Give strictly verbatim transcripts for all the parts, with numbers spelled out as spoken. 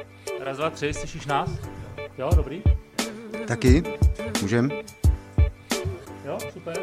Raz, dva, tři, slyšíš nás? Jo, dobrý. Taky? Můžem? Jo, super.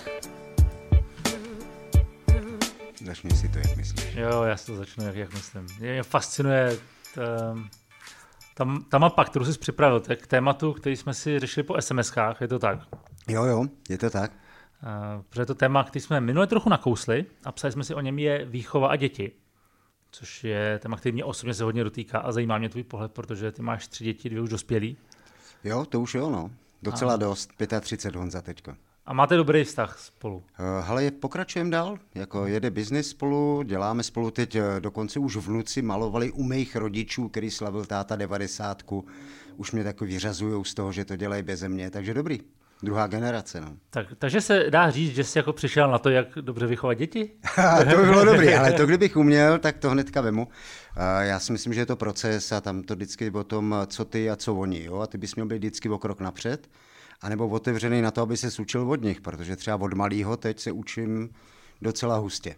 Začni si to, jak myslíš. Jo, já si to začnu, jak, jak myslím. Mě fascinuje ta, ta, ta mapa, kterou jsi připravil, tak k tématu, který jsme si řešili po es em eskách, je to tak? Jo, jo, je to tak. Uh, protože to téma, který jsme minule trochu nakousli a psali jsme si o něm, je výchova a děti. Což je téma, který mě osobně se hodně dotýká a zajímá mě tvůj pohled, protože ty máš tři děti, dvě už dospělí. Jo, to už jo, no. Docela a... dost, třicet pět Honza teďka. A máte dobrý vztah spolu? Uh, hele, pokračujeme dál, jako jede biznis spolu, děláme spolu teď, dokonce už vnuci malovali u mých rodičů, který slavil táta devadesátku, už mě takový vyřazujou z toho, že to dělají beze mě, takže dobrý. Druhá generace, no. Tak, takže se dá říct, že jsi jako přišel na to, jak dobře vychovat děti? To by bylo dobrý, ale to kdybych uměl, tak to hnedka vemu. Já si myslím, že je to proces a tam to vždycky o tom, co ty a co oni, jo? A ty bys měl být vždycky o krok napřed, anebo otevřený na to, aby se učil od nich, protože třeba od malýho teď se učím docela hustě.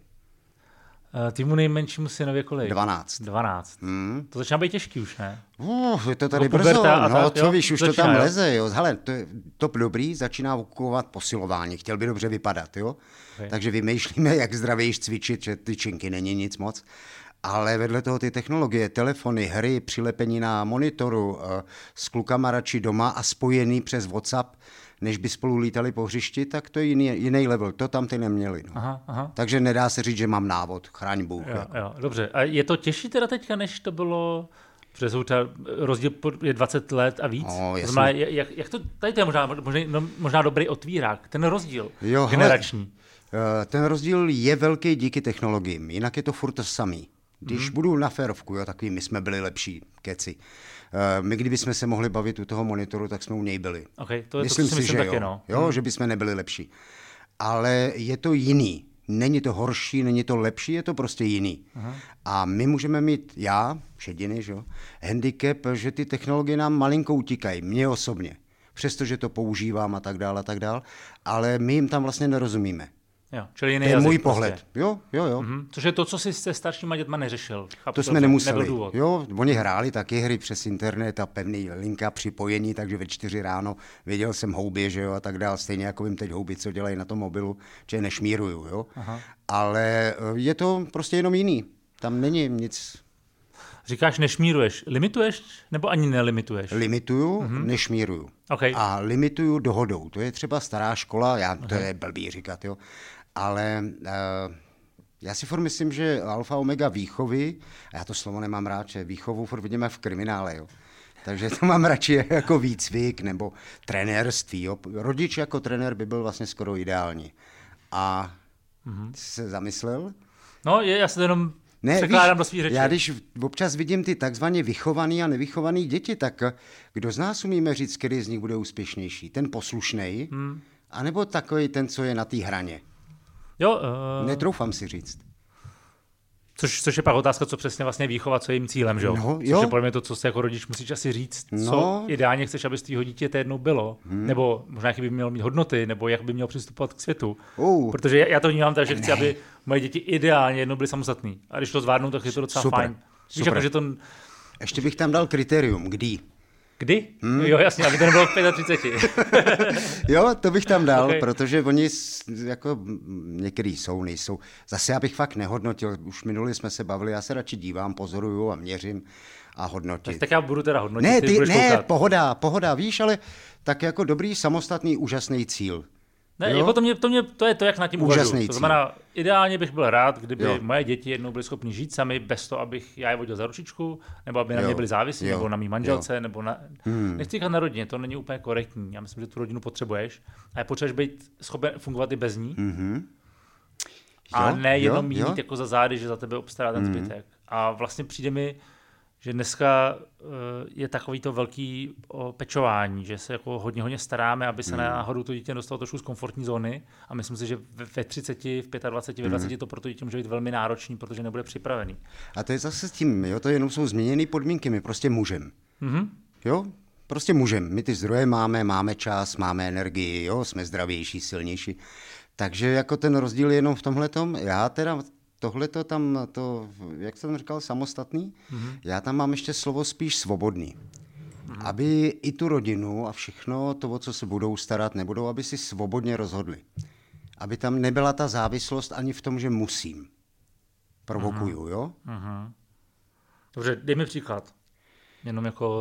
Týmu nejmenšímu synově kolik? Dvanáct. Dvanáct. Hmm. To začíná být těžký už, ne? Uh, je to tady no, brzo, a no tak, co jo? víš, už Začíná, to tam jo? leze, jo. Hele, to je top dobrý, začíná ukovat posilování, chtěl by dobře vypadat, jo. Okay. Takže vymýšlíme, jak zdravějš cvičit, že tyčinky není nic moc. Ale vedle toho ty technologie, telefony, hry, přilepení na monitoru, s klukama radši doma a spojený přes WhatsApp, než by spolu lítali po hřišti, tak to je jiný, jiný level. To tam ty neměli. No. Aha, aha. Takže nedá se říct, že mám návod. Chraň Bůh. Jo, jako. jo, dobře. A je to těžší teda teďka, než to bylo... Protože jsou třeba rozdíl je dvacet let a víc. No, to znamená, jak, jak to, tady to je možná, možná, no, možná dobrý otvírák, ten rozdíl jo, generační. Hele, ten rozdíl je velký díky technologiím, jinak je to furt to samý. Když mm. budu na férovku, jo, takový my jsme byli lepší, keci. My kdybychom se mohli bavit u toho monitoru, tak jsme u něj byli. Okay, to je myslím to, si, myslím že taky, jo, no. jo hmm. že bychom nebyli lepší. Ale je to jiný. Není to horší, není to lepší, je to prostě jiný. Aha. A my můžeme mít, já, šediny, že jo, handicap, že ty technologie nám malinko utíkají, mně osobně. Přestože to používám a tak dál a tak dál, ale my jim tam vlastně nerozumíme. Jo, čili jiný to je jazyk, můj prostě. pohled. Jo, jo, jo. Mhm. Což je to, co jsi se staršíma dětma neřešil. Chápu, to jsme nemuseli. Důvod. Jo, oni hráli taky hry přes internet a pevný linka připojení, takže ve čtyři ráno věděl jsem houby, že jo, a tak dál. Stejně jako vím teď houby, co dělají na tom mobilu, že je nešmíruju, jo. Aha. Ale je to prostě jenom jiný. Tam není nic. Říkáš nešmíruješ. Limituješ nebo ani nelimituješ? Limituju, mm-hmm. nešmíruju. Okay. A limituju dohodou. To je třeba stará škola, já, to okay. je blbý říkat, jo. Ale uh, já si furt myslím, že alfa omega výchovy, a já to slovo nemám rád, že výchovu furt vidíme v kriminále, jo. Takže to mám radši jako výcvik nebo trenérství, jo. Rodič jako trenér by byl vlastně skoro ideální. A mm-hmm. jsi se zamyslel? No, je, já se to jenom ne, překládám do svých řečí. Já když občas vidím ty takzvaně vychovaný a nevychovaný děti, tak kdo z nás umíme říct, který z nich bude úspěšnější? Ten poslušnej, hmm. anebo takový ten, co je na té hraně? Jo, uh... Netroufám si říct. Což, což je pak otázka, co přesně vlastně výchova, co je jejím cílem, že? No, což jo. je podle mě to, co si jako rodič musíš asi říct, no. co ideálně chceš, aby z tvýho dítě jednou bylo, hmm. nebo možná jaký by mělo mít hodnoty, nebo jak by mělo přistupovat k světu. Uh. Protože já to vnímám tak, že chci, aby moje děti ideálně jednou byly samostatný. A když to zvládnou, tak je to docela Super. fajn. Víš, Super. jako, že to... Ještě bych tam dal kritérium, kdy. Kdy? Hmm. Jo, jasně, aby to nebylo v třicet pět. Jo, to bych tam dal, okay. protože oni jako některý jsou, nejsou. Zase já bych fakt nehodnotil, už minuli jsme se bavili, já se radši dívám, pozoruju a měřím a hodnotím. Tak, tak já budu teda hodnotit, ne, ty, ty budeš ne, koukat. pohoda, pohoda, víš, ale tak jako dobrý, samostatný, úžasný cíl. Ne, jako to, mě, to, mě, to je to, jak nad tím uvažuji. To znamená, ideálně bych byl rád, kdyby jo. moje děti jednou byly schopni žít sami bez toho, abych já je vodil za ručičku, nebo aby na jo. mě byli závislí, nebo na mý manželce, jo. nebo na... Hmm. Nechci říkat na rodině, to není úplně korektní. Já myslím, že tu rodinu potřebuješ, ale potřebuješ být schopen fungovat i bez ní. Mm-hmm. Jo, a ne jenom jo, mít jo. jako za zády, že za tebe obstará ten mm-hmm. zbytek. A vlastně přijde mi, že dneska uh, je takový to velký o, pečování, že se jako hodně, hodně staráme, aby se mm. náhodou to dítě dostalo trošku z komfortní zóny a myslím si, že ve třiceti, v dvaceti pěti, ve dvaceti mm. to pro to dítě může být velmi náročný, protože nebude připravený. A to je zase s tím, jo, to jenom jsou změněné podmínky, my prostě můžem. Mm-hmm. Jo, prostě můžem. My ty zdroje máme, máme čas, máme energii, jo, jsme zdravější, silnější. Takže jako ten rozdíl je jenom v tomhletom. Já teda tohle to tam, to, jak jsem říkal, samostatný, mm-hmm. já tam mám ještě slovo spíš svobodný. Mm-hmm. Aby i tu rodinu a všechno to, o co se budou starat, nebudou, aby si svobodně rozhodli. Aby tam nebyla ta závislost ani v tom, že musím. Provokuju, mm-hmm. jo? Mm-hmm. Dobře, dej mi příklad. Jenom jako,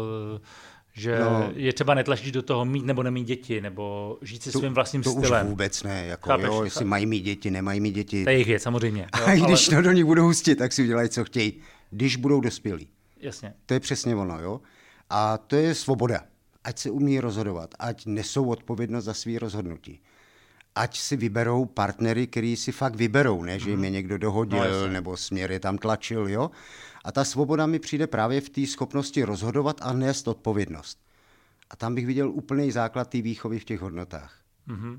že no, je třeba netlačit do toho mít nebo nemít děti, nebo žít si to, svým vlastním to stylem. To už vůbec ne, jako chápeš, jo, jestli chápeš. Mají mít děti, nemají mít děti. To je jejich věc, samozřejmě. Jo, a i když ale... to do nich budou hustit, tak si udělají, co chtějí. Když budou dospělí. Jasně. To je přesně ono, jo. A to je svoboda. Ať se umí rozhodovat, ať nesou odpovědnost za svý rozhodnutí. Ať si vyberou partnery, který si fakt vyberou, ne, že jim je někdo dohodil, no, nebo směr je tam tlačil, jo. A ta svoboda mi přijde právě v té schopnosti rozhodovat a nést odpovědnost. A tam bych viděl úplný základ té výchovy v těch hodnotách. Mm-hmm.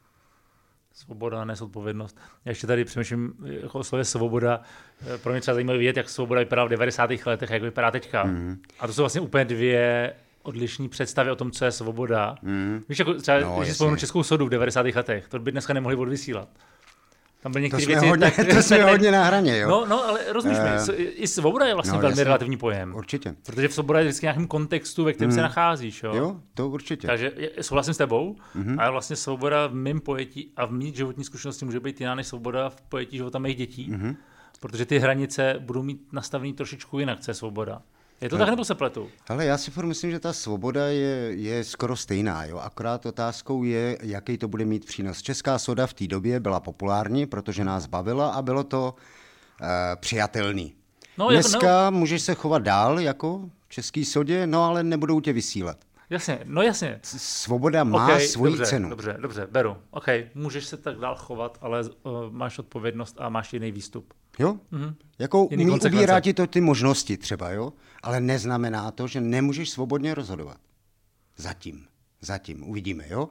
Svoboda, nést odpovědnost. Já ještě tady přemýšlím jako o slově svoboda. Pro mě třeba zajímavé vidět, jak svoboda vypadala v devadesátých letech, jak vypadá teďka. Mm-hmm. A to jsou vlastně úplně dvě odlišné představy o tom, co je svoboda. Mm. Víš, jako třeba, no, když si vzpomenu Českou sodu v devadesátých letech, to by dneska nemohli odvysílat. Tam byly některé věci... Hodně, tak, to jsme tak, hodně na hraně, jo. No, no ale rozumíš uh, mi, i svoboda je vlastně no, velmi jasný. Relativní pojem. Určitě. Protože v svoboda je vždycky nějakým kontextu, ve kterém mm. se nacházíš, jo. Jo, to určitě. Takže souhlasím s tebou, mm-hmm. ale vlastně svoboda v mém pojetí a v mý životní zkušenosti může být jiná než svoboda v pojetí života mých dětí, mm-hmm. protože ty hranice budou mít nastavený trošičku jinak, co je svoboda. Je to ale, tak, nebo se pletu? Ale já si furt myslím, že ta svoboda je, je skoro stejná. Jo? Akorát otázkou je, jaký to bude mít přínos. Česká soda v té době byla populární, protože nás bavila a bylo to uh, přijatelný. No, dneska jako, no. můžeš se chovat dál jako český sodě, no ale nebudou tě vysílat. Jasně, no jasně. Svoboda má okay, svoji dobře, cenu. Dobře, dobře, beru. OK, můžeš se tak dál chovat, ale uh, máš odpovědnost a máš jiný výstup. Jo? Mm-hmm. Jako ubírá ti to ty možnosti třeba, jo? Ale neznamená to, že nemůžeš svobodně rozhodovat. Zatím. Zatím. Uvidíme, jo?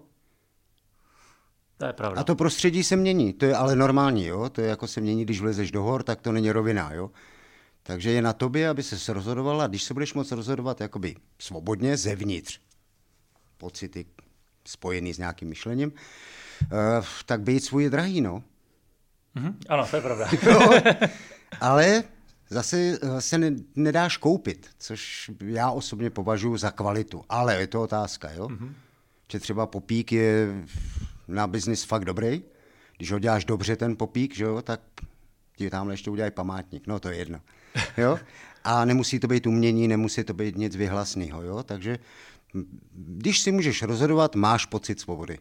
To je pravda. A to prostředí se mění. To je ale normální, jo? To je jako se mění, když vlezeš do hor, tak to není rovina, jo? Takže je na tobě, aby ses rozhodovala, když se budeš moct rozhodovat jakoby svobodně zevnitř, pocity spojený s nějakým myšlením, uh, tak být svůj drahý, no. Mm-hmm. Ano, to je pravda. No, ale zase se ne, nedáš koupit, což já osobně považuji za kvalitu. Ale je to otázka, jo? Mm-hmm. Že třeba popík je na biznis fakt dobrý. Když ho děláš dobře ten popík, že jo, tak ti tamhle ještě udělají památník. No, to je jedno. Jo? A nemusí to být umění, nemusí to být nic vyhlasného, jo? Takže když si můžeš rozhodovat, máš pocit svobody.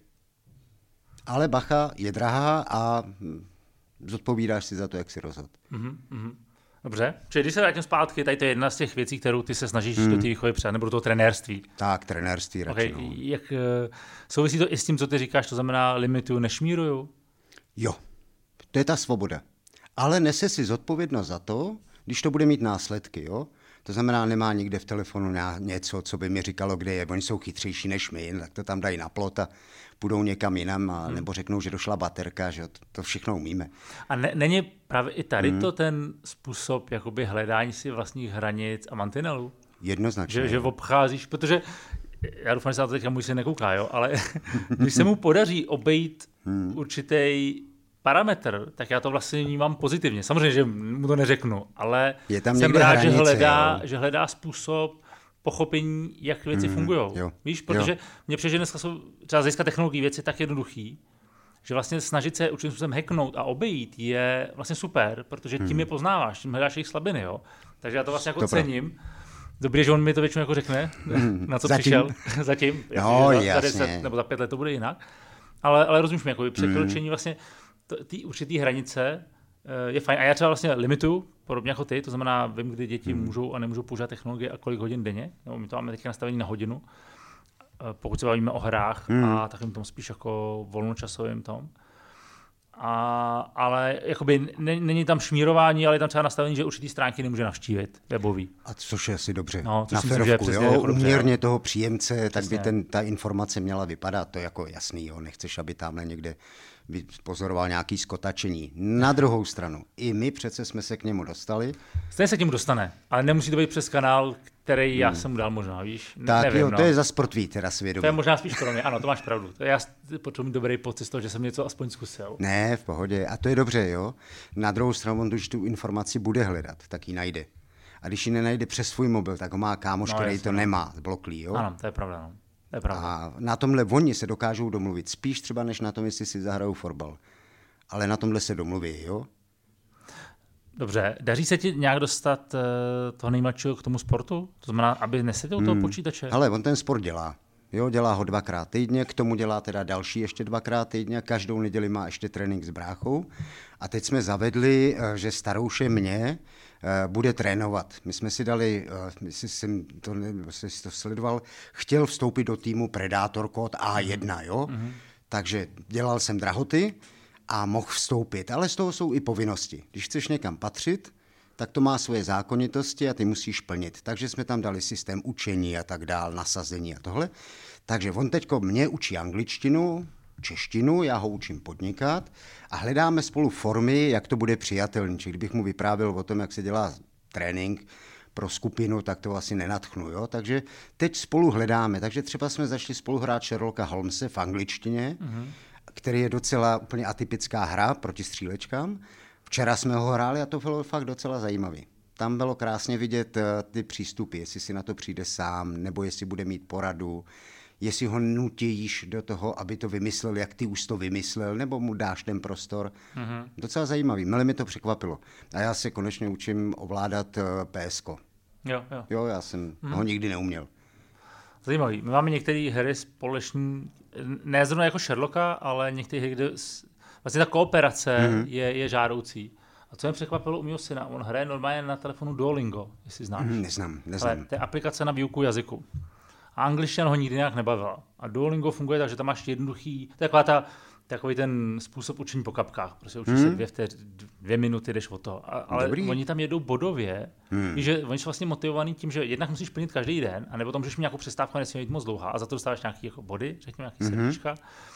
Ale bacha je drahá a zodpovídáš si za to, jak si rozhodl. Mm-hmm. Dobře, čili když se vrátím zpátky, tady to je jedna z těch věcí, kterou ty se snažíš mm. do té výchovy přát, nebo do toho trenérství. Tak, trenérství radši. Okay. Jak, souvisí to i s tím, co ty říkáš, to znamená limituju, nešmíruju? Jo, to je ta svoboda. Ale nese si zodpovědnost za to, když to bude mít následky, jo? To znamená, nemá nikde v telefonu něco, co by mi říkalo, kde je. Oni jsou chytřejší než my, tak to tam dají na plot a půjdou někam jinam, a, hmm. nebo řeknou, že došla baterka, že to všechno umíme. A ne, není právě i tady hmm. to ten způsob jakoby hledání si vlastních hranic a mantinelů? Jednoznačně. Že, že obcházíš, protože já doufám, že se na to teďka můj syn nekouká, jo, ale když se mu podaří obejít hmm. určitý parametr, tak já to vlastně vnímám pozitivně. Samozřejmě, že mu to neřeknu, ale je tam jsem rád, hranice, že, hledá, že hledá způsob pochopení, jak věci mm, fungují. Víš, protože jo. mě přijde, že dneska jsou třeba z hlediska technologií věci tak jednoduchý, že vlastně snažit se určitým způsobem hacknout a obejít je vlastně super, protože tím mm. je poznáváš, tím hledáš jejich slabiny. Jo? Takže já to vlastně jako to cením. Prav. Dobrý, že on mi to většinou jako řekne, mm. na co Zatím. přišel. Zatím. No, jasně, za deset nebo za pět let to bude jinak. Ale, ale rozumíš mi, jako překročení mm. vlastně ty určitý hranice je fajn. A já třeba vlastně limituju, podobně jako ty, to znamená, vím, kdy děti hmm. můžou a nemůžou používat technologie a kolik hodin denně. No, my to máme teď nastavení na hodinu, pokud se bavíme o hrách hmm. a takovým tom spíš jako volnočasovým tom. A, ale jakoby ne, není tam šmírování, ale je tam třeba nastavení, že určitý stránky nemůže navštívit webový. A což je asi dobře. No, na ferovku, myslím, jo, jako uměrně dobře, toho příjemce, přesně. Tak by ten, ta informace měla vypadat, to je jako jasný, jo. Nechceš, aby tamhle někde pozoroval nějaký skotačení. Na druhou stranu, i my přece jsme se k němu dostali. Stejně se k němu dostane, ale nemusí to být přes kanál, který já jsem mu dal možná, víš? Tak nevím, jo, no. to je zas pro tvý teda svědomí. To je možná spíš pro mě, ano, to máš pravdu. To je, já potřebuji mít dobrý pocit z toho, že jsem něco aspoň zkusil. Ne, v pohodě. A to je dobře, jo. Na druhou stranu, on když tu informaci bude hledat, tak ji najde. A když ji nenajde přes svůj mobil, tak ho má kámoš, no, který jasně, to no. nemá, bloklý, jo. Ano, to je pravda, no. To je pravda. A na tomhle oni se dokážou domluvit. Spíš třeba než na tom, jestli si zahrajou fotbal. Ale na tomhle se domluví, jo. Dobře, daří se ti nějak dostat uh, toho nejmladšího k tomu sportu? To znamená, aby neseděl u toho počítače? Ale on ten sport dělá. Jo, dělá ho dvakrát týdně, k tomu dělá teda další ještě dvakrát týdně, každou neděli má ještě trénink s bráchou. A teď jsme zavedli, že starouše mě bude trénovat. My jsme si dali, jestli jsem to, jestli to sledoval, chtěl vstoupit do týmu Predator Code A jedna, jo? Mm-hmm. Takže dělal jsem drahoty a mohl vstoupit, ale z toho jsou i povinnosti. Když chceš někam patřit, tak to má svoje zákonitosti a ty musíš plnit. Takže jsme tam dali systém učení a tak dál, nasazení a tohle. Takže on teďko mě učí angličtinu, češtinu, já ho učím podnikat a hledáme spolu formy, jak to bude přijatelný. Či kdybych mu vyprávěl o tom, jak se dělá trénink pro skupinu, tak to asi nenadchnu. Jo? Takže teď spolu hledáme. Takže třeba jsme začali spolu hrát Sherlocka Holmese v angličtině, mm-hmm. který je docela úplně atypická hra proti střílečkám. Včera jsme ho hráli a to bylo fakt docela zajímavý. Tam bylo krásně vidět uh, ty přístupy, jestli si na to přijde sám, nebo jestli bude mít poradu, jestli ho nutíš do toho, aby to vymyslel, jak ty už to vymyslel, nebo mu dáš ten prostor. Mm-hmm. Docela zajímavý, mile mi to překvapilo. A já se konečně učím ovládat uh, P S ko. Jo, jo. Jo, já jsem mm. ho nikdy neuměl. Zajímavý. My máme některé hry společní, ne zrovna jako Sherlocka, ale některé hry, kde vlastně ta kooperace mm-hmm. je, je žádoucí. A co mě překvapilo u mého syna, on hraje normálně na telefonu Duolingo, jestli znáš. Mm, neznám, neznám. Ale to je aplikace na výuku jazyku. A angličtina ho nikdy nějak nebavila. A Duolingo funguje tak, že tam máš jednoduchý, to je taková ta, takový ten způsob učení po kapkách. Prostě učíš mm. se dvě, vteř, dvě minuty, jdeš o to. A, ale Dobrý. Oni tam jedou bodově, mm. že oni jsou vlastně motivovaní tím, že jednak musíš plnit každý den, anebo tam můžeš mít nějakou přestávku, nesmí být moc dlouhá a za to dostáváš nějaký jako body, řekněme nějaký mm-hmm. srdíčka.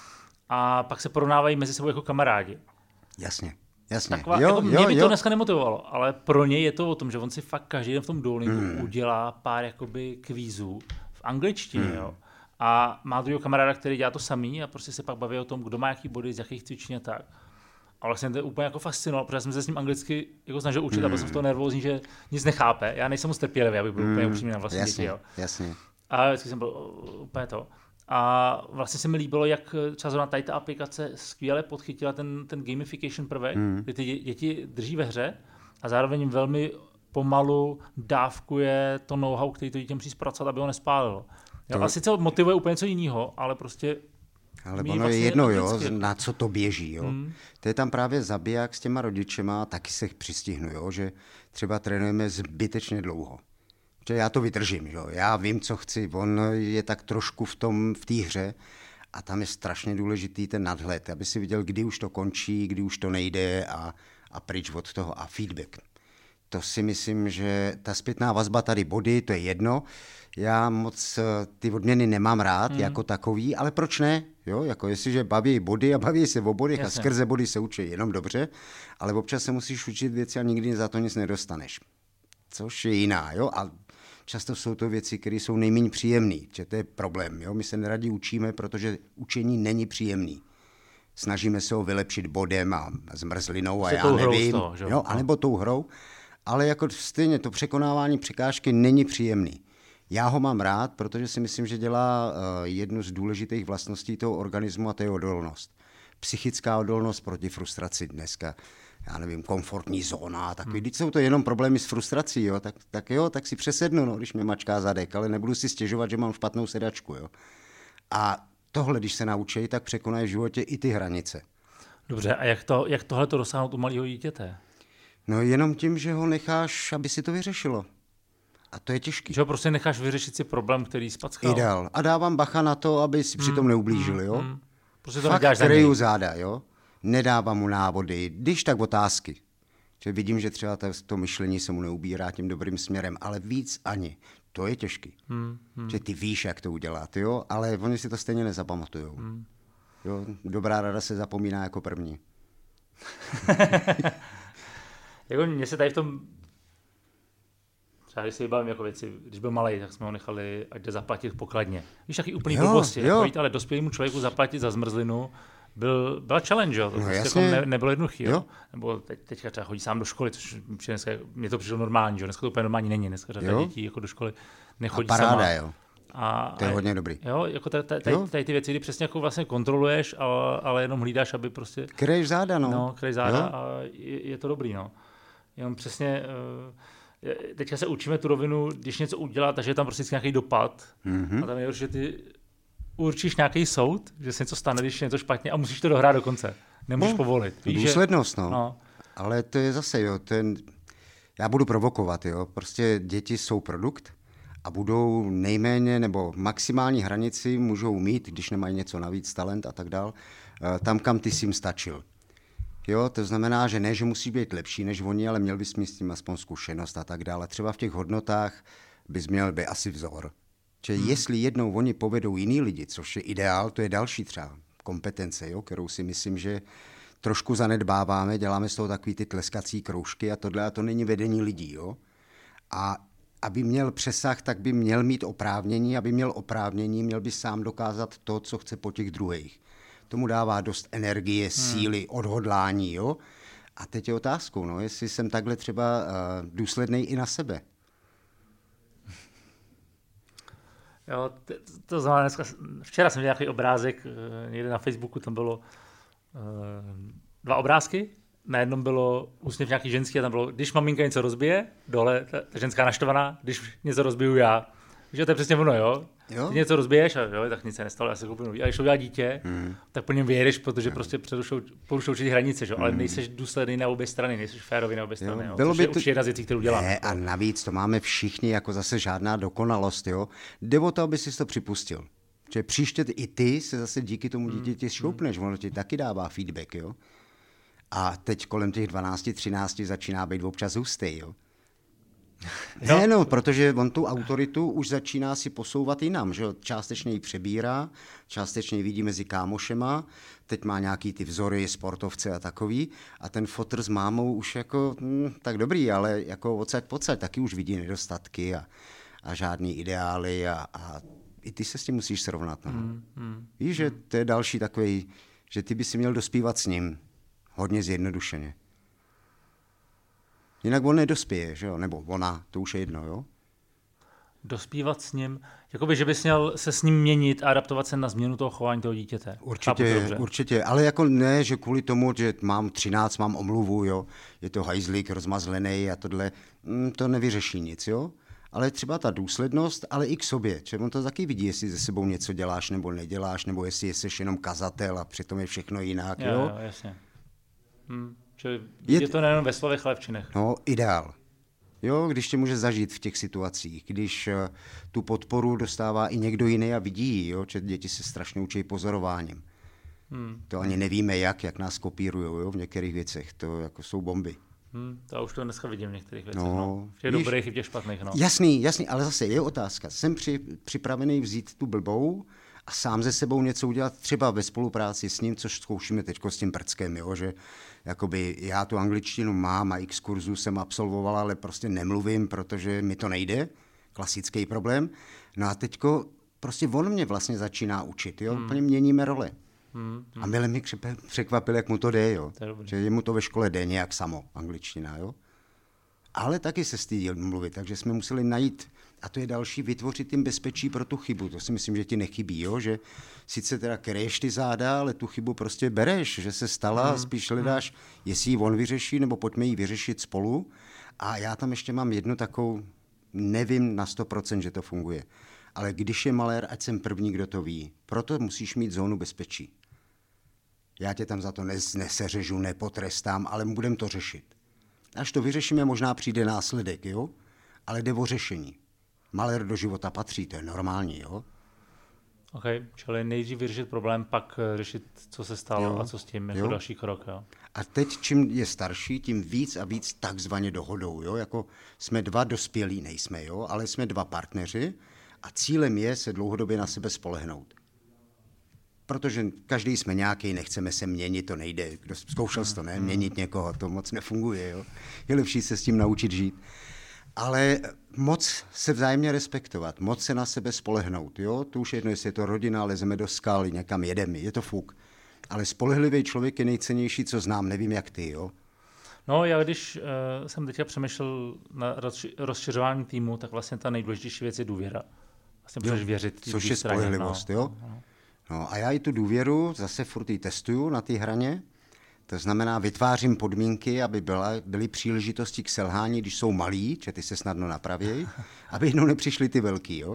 A pak se porovnávají mezi sebou jako kamarádi. Jasně. Jasně. Taková, jo, jako mě jo, by to jo. dneska nemotivovalo, ale pro ně je to o tom, že on si fakt každý den v tom Duolingu mm. udělá pár jakoby kvízů v angličtině, mm. jo. A má druhého kamaráda, který dělá to samý a prostě se pak baví o tom, kdo má jaký body, z jakých cvičení a tak. A vlastně to je úplně jako fascinovalo, protože jsem se s ním anglicky jako snažil učit, mm. a byl jsem z toho nervózní, že nic nechápe. Já nejsem moc trpělivý, abych byl mm. úplně upřímný na vlastní děti, jo. Jasně. A vždycky jsem byl úplně to. A vlastně se mi líbilo, jak třeba zrovna tady ta aplikace skvěle podchytila ten, ten gamification prvek, mm. kdy ty děti drží ve hře a zároveň jim velmi pomalu dávkuje to know-how, který to dětem musí zpracovat, aby ho nespálilo. Jo, to... A sice motivuje úplně něco jiného, ale prostě... Ale ono vlastně je jedno, jo, na co to běží. Jo. Mm. To je tam právě zabiják s těma rodičema, taky se přistihnu, jo, že třeba trénujeme zbytečně dlouho. Že já to vydržím, jo. Já vím, co chci. On je tak trošku v tom, v té hře a tam je strašně důležitý ten nadhled, aby si viděl, kdy už to končí, kdy už to nejde a, a pryč od toho a feedback. To si myslím, že ta zpětná vazba tady body, to je jedno. Já moc ty odměny nemám rád mm. jako takový, ale proč ne? Jo, jako jestliže baví body a baví se o bodech Jasně. a skrze body se učí jenom dobře, ale občas se musíš učit věci a nikdy za to nic nedostaneš. Což je jiná, jo, a často jsou to věci, které jsou nejméně příjemné, že to je problém, jo, my se neradi učíme, protože učení není příjemný. Snažíme se ho vylepšit bodem a zmrzlinou a já nevím, toho, jo, anebo tou hrou, ale jako stejně to překonávání překážky není příjemný. Já ho mám rád, protože si myslím, že dělá uh, jednu z důležitých vlastností toho organismu a to je odolnost. Psychická odolnost proti frustraci dneska. Já nevím, komfortní zóna a takový. Když hmm. jsou to jenom problémy s frustrací, jo, tak, tak jo, tak si přesednu, no, když mě mačká zadek, ale nebudu si stěžovat, že mám špatnou sedačku, jo. A tohle, když se naučí, tak překonají v životě i ty hranice. Dobře, a jak, to, jak tohle to dosáhnout u malého dítěte? No jenom tím, že ho necháš, aby si to vyřešilo. A to je těžký. Že ho prostě necháš vyřešit si problém, který spackal. Ideál. A dávám bacha na to, aby si přitom hmm. neublížili, jo. Hmm. Prostě to fakt kryju záda, jo. Nedávám mu návody, když tak otázky. Že vidím, že třeba to myšlení se mu neubírá tím dobrým směrem, ale víc ani. To je těžký. Hmm, hmm. Že ty víš, jak to udělat, jo, ale oni si to stejně nezapamatujou. Hmm. Jo, dobrá rada se zapomíná jako první. Jako mně se tady v tom Třeba když si vybavím jako věci, když byl malej, tak jsme ho nechali, ať jde zaplatit pokladně. Víš, taky úplný blbosti, jako jít ale dospělému člověku zaplatit za zmrzlinu, byl, byla challenge, jo. To no, prostě jako ne, nebylo jednoduchý, jo. jo. Nebo teď, teďka třeba chodí sám do školy, což dneska, mě to přišlo normální, jo. Dneska to úplně normální není, dneska řada dětí jako do školy nechodí a paráda, sama. Jo. A, to je hodně dobrý. Jo, jako tady, tady, tady, tady ty věci, kdy přesně jako vlastně kontroluješ, ale, ale jenom hlídáš, aby prostě... Kryješ záda, no. No, kryješ záda jo. A je, je to dobrý, no. Jenom přesně... Uh, teďka se učíme tu rovinu, když něco udělá, takže je tam prostě nějaký dopad. Mm-hmm. A tam je, že ty určíš nějaký soud, že se něco stane, když je něco špatně a musíš to dohrát do konce. Nemůžeš no, povolit. Víš, důslednost, no. no. Ale to je zase, jo, ten... já budu provokovat, jo. Prostě děti jsou produkt a budou nejméně nebo maximální hranici můžou mít, když nemají něco navíc, talent a tak dál, tam, kam ty jsi jim stačil. Jo, to znamená, že ne, že musí být lepší než oni, ale měl bys mít s tím aspoň zkušenost a tak dále. Třeba v těch hodnotách bys měl být asi vzor. Že hmm. jestli jednou oni povedou jiný lidi, což je ideál, to je další třeba kompetence, jo, kterou si myslím, že trošku zanedbáváme, děláme z toho takový ty tleskací kroužky a tohle, a to není vedení lidí, jo. A aby měl přesah, tak by měl mít oprávnění, aby měl oprávnění, měl by sám dokázat to, co chce po těch druhých. Tomu dává dost energie, síly, hmm. odhodlání, jo. A teď je otázkou, no, jestli jsem takhle třeba uh, důslednej i na sebe. Jo, to, to znamená dneska, včera jsem měl nějaký obrázek, někde na Facebooku, tam bylo uh, dva obrázky, na jednom bylo úsměv nějaký ženský a tam bylo, když maminka něco rozbije, dole ta, ta ženská naštvaná, když něco rozbiju já. Že to je přesně ono, jo? jo? Ty něco rozbiješ a jo, tak nic se nestalo, já se koupím nový. A když to udělá dítě, hmm. tak po něm vyjedeš, protože hmm. prostě porušou určitě hranice, že? Hmm. Ale nejseš důsledný na obě strany, nejseš férový na obě strany. Jo? Jo? Bylo by to... je určitě jedna z věcí, kterou děláme. Ne, a navíc to máme všichni, jako zase žádná dokonalost, jo? Jde o to, aby jsi to připustil. Že příště i ty se zase díky tomu dítěti šoupneš, ono ti taky dává feedback, jo? A teď kolem těch dvanáct třináct začíná být občas hustý, jo? No. Ne, no, protože on tu autoritu už začíná si posouvat jinam, že částečně ji přebírá, částečně ji vidí mezi kámošema, teď má nějaký ty vzory, sportovce a takový, a ten fotr s mámou už jako, hm, tak dobrý, ale jako odsaď pocať taky už vidí nedostatky a, a žádný ideály a, a i ty se s tím musíš srovnat. No. Mm, mm, Víš, že to je další takový, že ty by si měl dospívat s ním, hodně zjednodušeně. Jinak on nedospěje, že jo? Nebo ona, to už je jedno, jo? Dospívat s ním, jakoby, že bys měl se s ním měnit a adaptovat se na změnu toho chování toho dítěte. Určitě, určitě, ale jako ne, že kvůli tomu, že mám třináct, mám omluvu, jo? Je to hajzlík rozmazlený a tohle, to nevyřeší nic, jo? Ale třeba ta důslednost, ale i k sobě, že on to taky vidí, jestli ze sebou něco děláš nebo neděláš, nebo jestli jsi jenom kazatel a přitom je všechno jinak, jo? Jo, jo jasně. Hm. Čili je, je to nejen ve slovech, ale v činech. No, ideál. Jo, když tě může zažít v těch situacích, když uh, tu podporu dostává i někdo jiný a vidí, jo, že děti se strašně učí pozorováním. Hmm. To ani nevíme jak, jak nás kopírujou, jo, v některých věcech, to jako jsou bomby. Hmm, to už to dneska vidím v některých věcech, no. no. V těch dobrých i v těch špatných, no. Jasný, jasný, ale zase je otázka. Jsem při, připravený vzít tu blbou a sám ze sebou něco udělat, třeba ve spolupráci s ním, což zkoušíme teď s tím prckem, jo, že jakoby já tu angličtinu mám a x kurzů jsem absolvoval, ale prostě nemluvím, protože mi to nejde, klasický problém. No a teďko prostě on mě vlastně začíná učit, jo, hmm. úplně měníme role. Hmm. Hmm. A mile mi překvapil, jak mu to jde, jo, to že mu to ve škole jde nějak samo, angličtina, jo. Ale taky se styděl mluvit, takže jsme museli najít, a to je další, vytvořit tím bezpečí pro tu chybu. To si myslím, že ti nechybí, jo? Že sice teda kryješ ty záda, ale tu chybu prostě bereš, že se stala, hmm. spíš hledáš, jestli ji on vyřeší, nebo pojďme ji vyřešit spolu. A já tam ještě mám jednu takovou, nevím na sto procent, že to funguje, ale když je malér, ať jsem první, kdo to ví. Proto musíš mít zónu bezpečí. Já tě tam za to neseřežu, nepotrestám, ale budeme to řešit. Až to vyřešíme, možná přijde následek, jo? Ale jde o řešení. Malér do života patří, to je normální, jo? OK, čili nejdřív vyřešit problém, pak řešit, co se stalo jo, a co s tím jako jo. další krok, jo? A teď, čím je starší, tím víc a víc takzvaně dohodou, jo? Jako jsme dva dospělí, nejsme, jo? Ale jsme dva partneři a cílem je se dlouhodobě na sebe spolehnout. Protože každý jsme nějaký, nechceme se měnit, to nejde. Kdo zkoušel jsi to, ne? Měnit někoho, to moc nefunguje, jo? Je lepší se s tím naučit žít. Ale moc se vzájemně respektovat, moc se na sebe spolehnout, jo? To už jedno, jestli je to rodina, lezeme do skaly, někam jedeme, je to fuk. Ale spolehlivý člověk je nejcennější, co znám, nevím jak ty, jo? No, já když uh, jsem teďka přemýšlel na rozšiřování týmu, tak vlastně ta nejdůležitější věc je důvěra. Vlastně můžeš věřit. Což je spolehlivost, no. jo? No. No a já i tu důvěru zase furt ji testuju na té hraně. To znamená, vytvářím podmínky, aby byla, byly příležitosti k selhání, když jsou malí, že ty se snadno napravějí, aby jednou nepřišly ty velký, jo?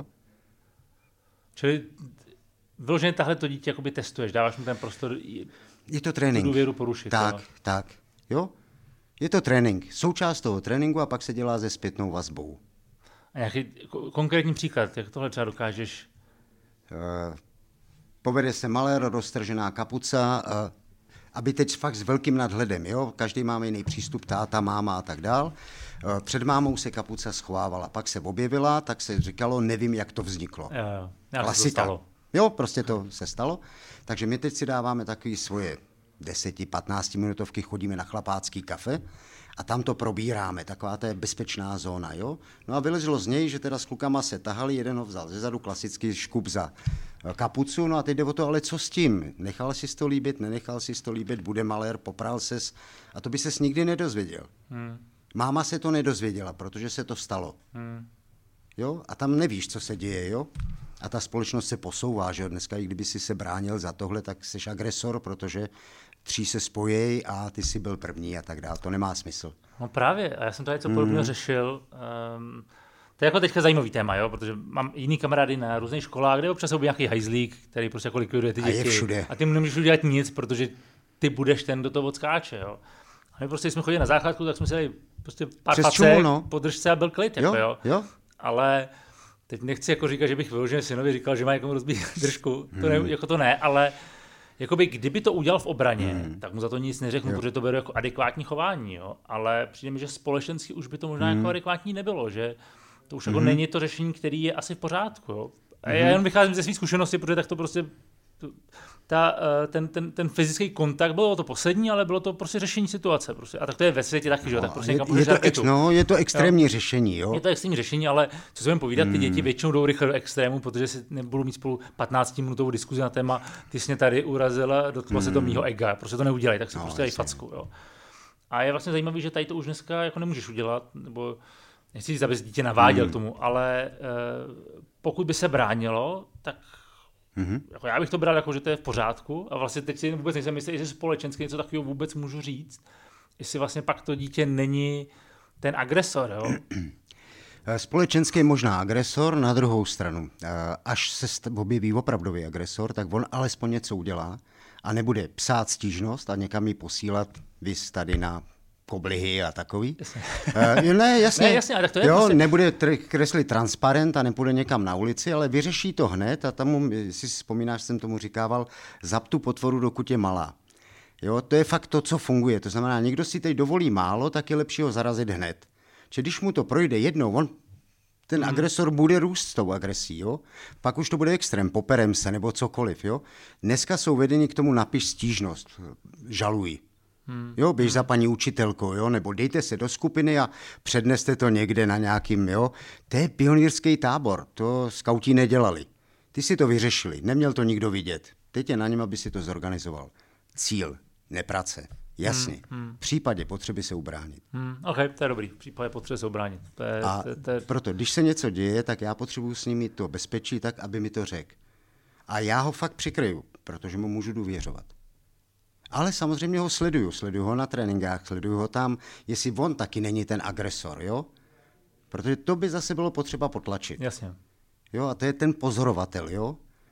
Čili vyloženě tahle to dítě jakoby testuješ, dáváš mu ten prostor, je to trénink. Tu důvěru porušit. Tak, jo? tak, jo? Je to trénink, součást toho tréninku a pak se dělá se zpětnou vazbou. A nějaký konkrétní příklad, jak tohle třeba dokážeš? Uh, povede se malér, roztržená kapuca, uh, aby teď fakt s velkým nadhledem, jo? Každý máme jiný přístup, táta, máma a tak dál. Uh, před mámou se kapuca schovávala, pak se objevila, tak se říkalo, nevím, jak to vzniklo. Jo, jo. Klasika. To stalo. Jo, prostě to se stalo. Takže my teď si dáváme takový svoje deset patnáct minutovky, chodíme na chlapácký kafe a tam to probíráme, taková to je bezpečná zóna, jo. No a vylezlo z něj, že teda s klukama se tahali, jeden ho vzal zezadu, klasický škup za kapucu, no a teď jde o to, ale co s tím? Nechal si to líbit, nenechal si to líbit, bude malér, popral ses a to by ses nikdy nedozvěděl. Hmm. Máma se to nedozvěděla, protože se to stalo. Hmm. Jo, a tam nevíš, co se děje, jo. A ta společnost se posouvá, že dneska, i kdyby si se bránil za tohle, tak jsi agresor, protože tři se spojí a ty jsi byl první a tak dále. To nemá smysl. No právě, a já jsem to něco podobného mm. řešil. Um, to je jako teďka zajímavý téma, jo, protože mám jiný kamarády na různých školách, kde občas jsou nějaký hajzlík, který prostě jako likviduje ty děti. A je všude. A ty mu nemůžeš udělat nic, protože ty budeš ten, kdo to odskáče, jo. A my prostě jsme chodili na základku, tak jsme si dali prostě pár Přes facek, čumu, no. podržce a byl klid, jako, jo, jo. Ale teď nechci jako říkat, že bych vyloženě synovi říkal, že má někomu rozbít držku, to ne, jako to ne, ale jakoby kdyby to udělal v obraně, hmm. tak mu za to nic neřeknu, jo. protože to beru jako adekvátní chování, jo? Ale přijde mi, že společensky už by to možná hmm. jako adekvátní nebylo, že to už jako hmm. není to řešení, který je asi v pořádku. Jo? A já jen vycházím ze své zkušenosti, protože tak to prostě ta, ten, ten, ten fyzický kontakt bylo to poslední, ale bylo to prostě řešení situace. Prostě. A tak to je ve světě taky, že jo? Tak prostě je, je, to ex, no, je to extrémní jo? řešení, jo? Je to extrémní řešení, ale co se budeme povídat, ty děti většinou jdou rychle do extrému, protože si nebudou mít spolu patnáctiminutovou diskuzi na téma, ty jsi mě tady urazila, dotklo hmm. se to mýho ega, prostě to neudělají, tak si no, prostě dají facku. Jo? A je vlastně zajímavý, že tady to už dneska jako nemůžeš udělat, nebo nechci říct, aby dítě naváděl hmm. k tomu, ale uh, pokud by se bránilo, tak Mm-hmm. Jako já bych to bral jako, že to je v pořádku a vlastně teď si vůbec nejsem jistý, jestli společensky něco takového vůbec můžu říct, jestli vlastně pak to dítě není ten agresor, jo? Společenský možná agresor, na druhou stranu, až se objeví opravdový agresor, tak on alespoň něco udělá a nebude psát stížnost a někam ji posílat vys tady na koblihy a takový. Jasně. Uh, ne, jasně. Ne, jasně, tak to je jo, prostě... nebude tr- kreslit transparent a nepůjde někam na ulici, ale vyřeší to hned a tam, si vzpomínáš, jsem tomu říkával, zap tu potvoru, dokud je malá. Jo, to je fakt to, co funguje. To znamená, někdo si teď dovolí málo, tak je lepší ho zarazit hned. Či když mu to projde jednou, on, ten hmm. agresor bude růst s tou agresí, jo? Pak už to bude extrém, poperem se nebo cokoliv. Jo? Dneska jsou vedeni k tomu napiš stížnost, žaluji. Hmm. Jo, běž za paní učitelkou, jo, nebo dejte se do skupiny a předneste to někde na nějakým, jo. To je pionýrský tábor, to skauti nedělali. Ty si to vyřešili, neměl to nikdo vidět. Teď je na něm, aby si to zorganizoval. Cíl, neprace, jasně. Hmm. Hmm. V případě potřeby se ubránit. Hmm. OK, to je dobrý, v případě potřeby se ubránit. To je, a to, to je... proto, když se něco děje, tak já potřebuji s ním mít to bezpečí tak, aby mi to řekl. A já ho fakt přikryju, protože mu můžu důvěřovat. Ale samozřejmě ho sleduju, sleduju ho na tréninkách, sleduju ho tam, jestli on taky není ten agresor, jo? Protože to by zase bylo potřeba potlačit. Jasně. Jo, a to je ten pozorovatel, jo?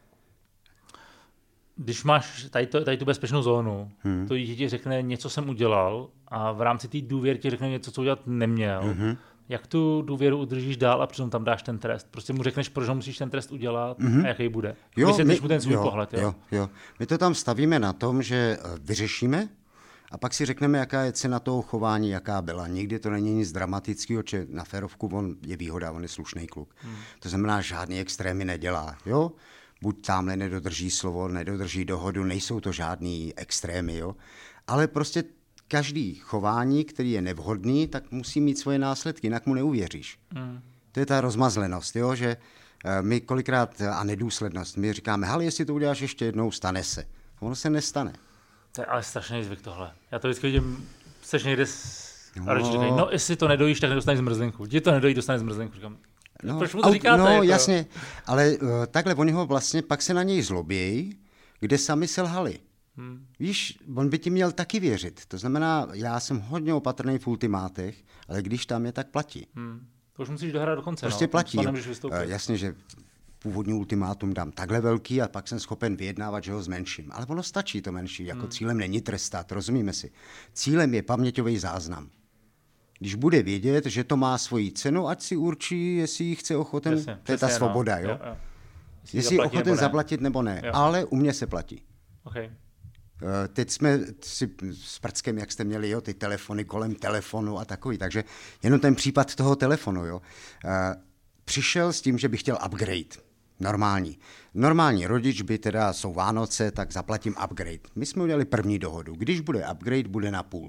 Když máš tady, to, tady tu bezpečnou zónu, hmm. to dítě ti řekne, něco jsem udělal a v rámci té důvěry ti řekne něco, co udělat neměl. Hmm. Jak tu důvěru udržíš dál a přitom tam dáš ten trest? Prostě mu řekneš, proč musíš ten trest udělat mm-hmm. a jaký bude. Vysvětlíš mu ten svůj jo, pohled. Jo? Jo, jo. My to tam stavíme na tom, že vyřešíme a pak si řekneme, jaká je cena toho chování, jaká byla. Nikdy to není nic dramatického, že na férovku on je výhoda, on je slušný kluk. Hmm. To znamená, žádný extrémy nedělá. Jo? Buď tamhle nedodrží slovo, nedodrží dohodu, nejsou to žádný extrémy. Jo? Ale prostě každý chování, který je nevhodný, tak musí mít svoje následky, jinak mu neuvěříš. Mm. To je ta rozmazlenost, jo, že my kolikrát, a nedůslednost, my říkáme, hele, jestli to uděláš ještě jednou, stane se. Ono se nestane. To je ale strašný zvyk tohle. Já to vždycky vidím, seš někde a rodiče říkají, no jestli to nedojíš, tak nedostaneš zmrzlinku. Ti to nedojí, dostaneš zmrzlinku. Říkám, no, proč mu to říkáte? No jako? jasně, ale uh, takhle oni ho vlastně, pak se na něj zlobějí, kde sami selhali. Hmm. Víš, on by ti měl taky věřit. To znamená, já jsem hodně opatrný v ultimátech, ale když tam je, tak platí. Hmm. To už musíš dohrát do konce. Prostě no? platí. Uh, jasně, že původní ultimátum dám takhle velký a pak jsem schopen vyjednávat, že ho zmenším. Ale ono stačí to menší. Jako hmm. cílem není trestat, rozumíme si. Cílem je paměťový záznam. Když bude vědět, že to má svoji cenu, ať si určí, jestli ji chce ochoten, jasně, to je ta svoboda, no. jo? jo, jo. Jestli, jestli je ochoten nebo zaplatit nebo ne, jo. ale u mě se platí. Okay. Teď jsme si s Prckem, jak jste měli, jo, ty telefony kolem telefonu a takový, takže jenom ten případ toho telefonu, jo. Přišel s tím, že bych chtěl upgrade. Normální. Normální rodič by teda, jsou Vánoce, tak zaplatím upgrade. My jsme udělali první dohodu. Když bude upgrade, bude na půl.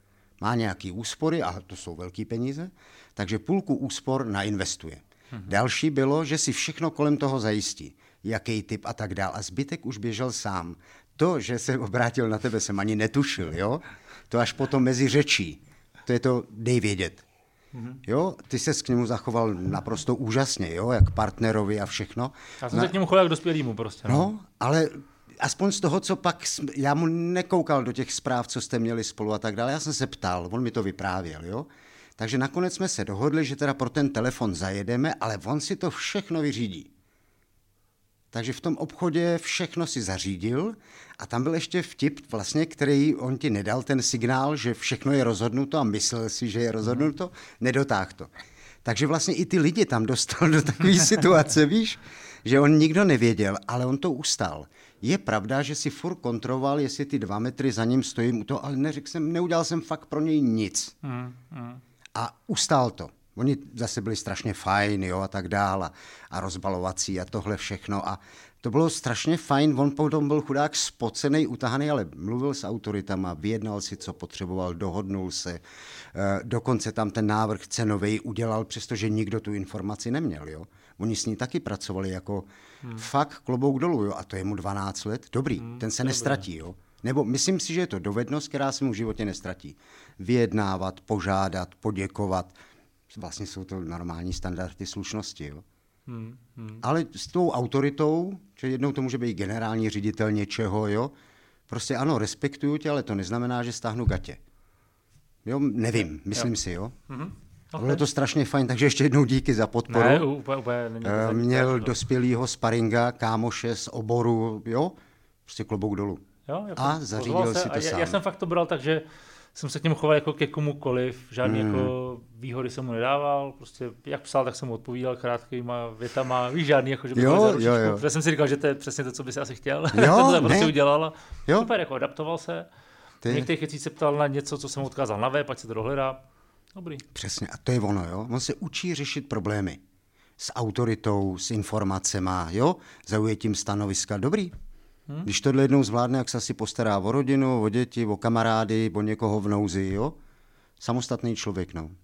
Má nějaký úspory, a to jsou velký peníze, takže půlku úspor nainvestuje. Mhm. Další bylo, že si všechno kolem toho zajistí. Jaký typ a tak dál. A zbytek už běžel sám. To, že se obrátil na tebe, jsem ani netušil, jo? To až potom mezi řečí. To je to, dej vědět. Mhm. Jo, ty ses k němu zachoval naprosto úžasně, jo, jak partnerovi a všechno. Já jsem na... se k němu choval jak dospělýmu prostě. No, no ale aspoň z toho, co pak, já mu nekoukal do těch zpráv, co jste měli spolu a tak dále, já jsem se ptal, on mi to vyprávěl, jo. Takže nakonec jsme se dohodli, že teda pro ten telefon zajedeme, ale on si to všechno vyřídí. Takže v tom obchodě všechno si zařídil a tam byl ještě vtip, vlastně, který on ti nedal ten signál, že všechno je rozhodnuto a myslel si, že je rozhodnuto, nedotáhl to. Takže vlastně i ty lidi tam dostal do takové situace, víš, že on nikdo nevěděl, ale on to ustál. Je pravda, že si furt kontroloval, jestli ty dva metry za ním stojím u toho, ale neřekl jsem, neudělal jsem fakt pro něj nic. Mm, mm. A ustál to. Oni zase byli strašně fajn, jo, a tak dál, a, a rozbalovací a tohle všechno. A to bylo strašně fajn, on potom byl chudák spocenej, utahaný, ale mluvil s autoritama, vyjednal si, co potřeboval, dohodnul se. E, dokonce tam ten návrh cenovej udělal, přestože nikdo tu informaci neměl, jo. Oni s ní taky pracovali jako hmm. fakt klobouk dolů, jo, a to je mu dvanáct let. Dobrý, hmm, ten se nestratí, jo. Nebo myslím si, že je to dovednost, která se mu v životě nestratí. Vyjednávat, požádat, poděkovat. Vlastně jsou to normální standardy slušnosti, jo. Hmm, hmm. Ale s tou autoritou, že jednou to může být generální ředitel něčeho, jo. Prostě ano, respektuju tě, ale to neznamená, že stáhnu gatě. Jo, nevím, myslím jo. si, jo. Hmm. Okay. Bylo to strašně fajn, takže ještě jednou díky za podporu. Ne, úplně, úplně není to Měl dospělýho sparinga, kámoše z oboru, jo, prostě klobouk dolů. Jo, jako a zařídil si to já, sám. Já jsem fakt to bral tak, že jsem se k němu choval jako ke komukoliv, žádný hmm. jako výhody jsem mu nedával, prostě jak psal, tak jsem mu odpovídal krátkýma větama, víš, žádný jako, že by jo, jo, jo. Já jsem si říkal, že to je přesně to, co by si asi chtěl, jo, to prostě udělal a jo. super, jako adaptoval se. Ty. Některých věcí se ptal na něco, co jsem odkázal na web, ať se to dohledá. Dobrý. Přesně, a to je ono, jo. On se učí řešit problémy s autoritou, s informacema, jo, zaujetím stanoviska. Dobrý. Hmm. Když tohle jednou zvládne, jak se asi postará o rodinu, o děti, o kamarády, o někoho v nouzi, jo. Samostatný člověk, no.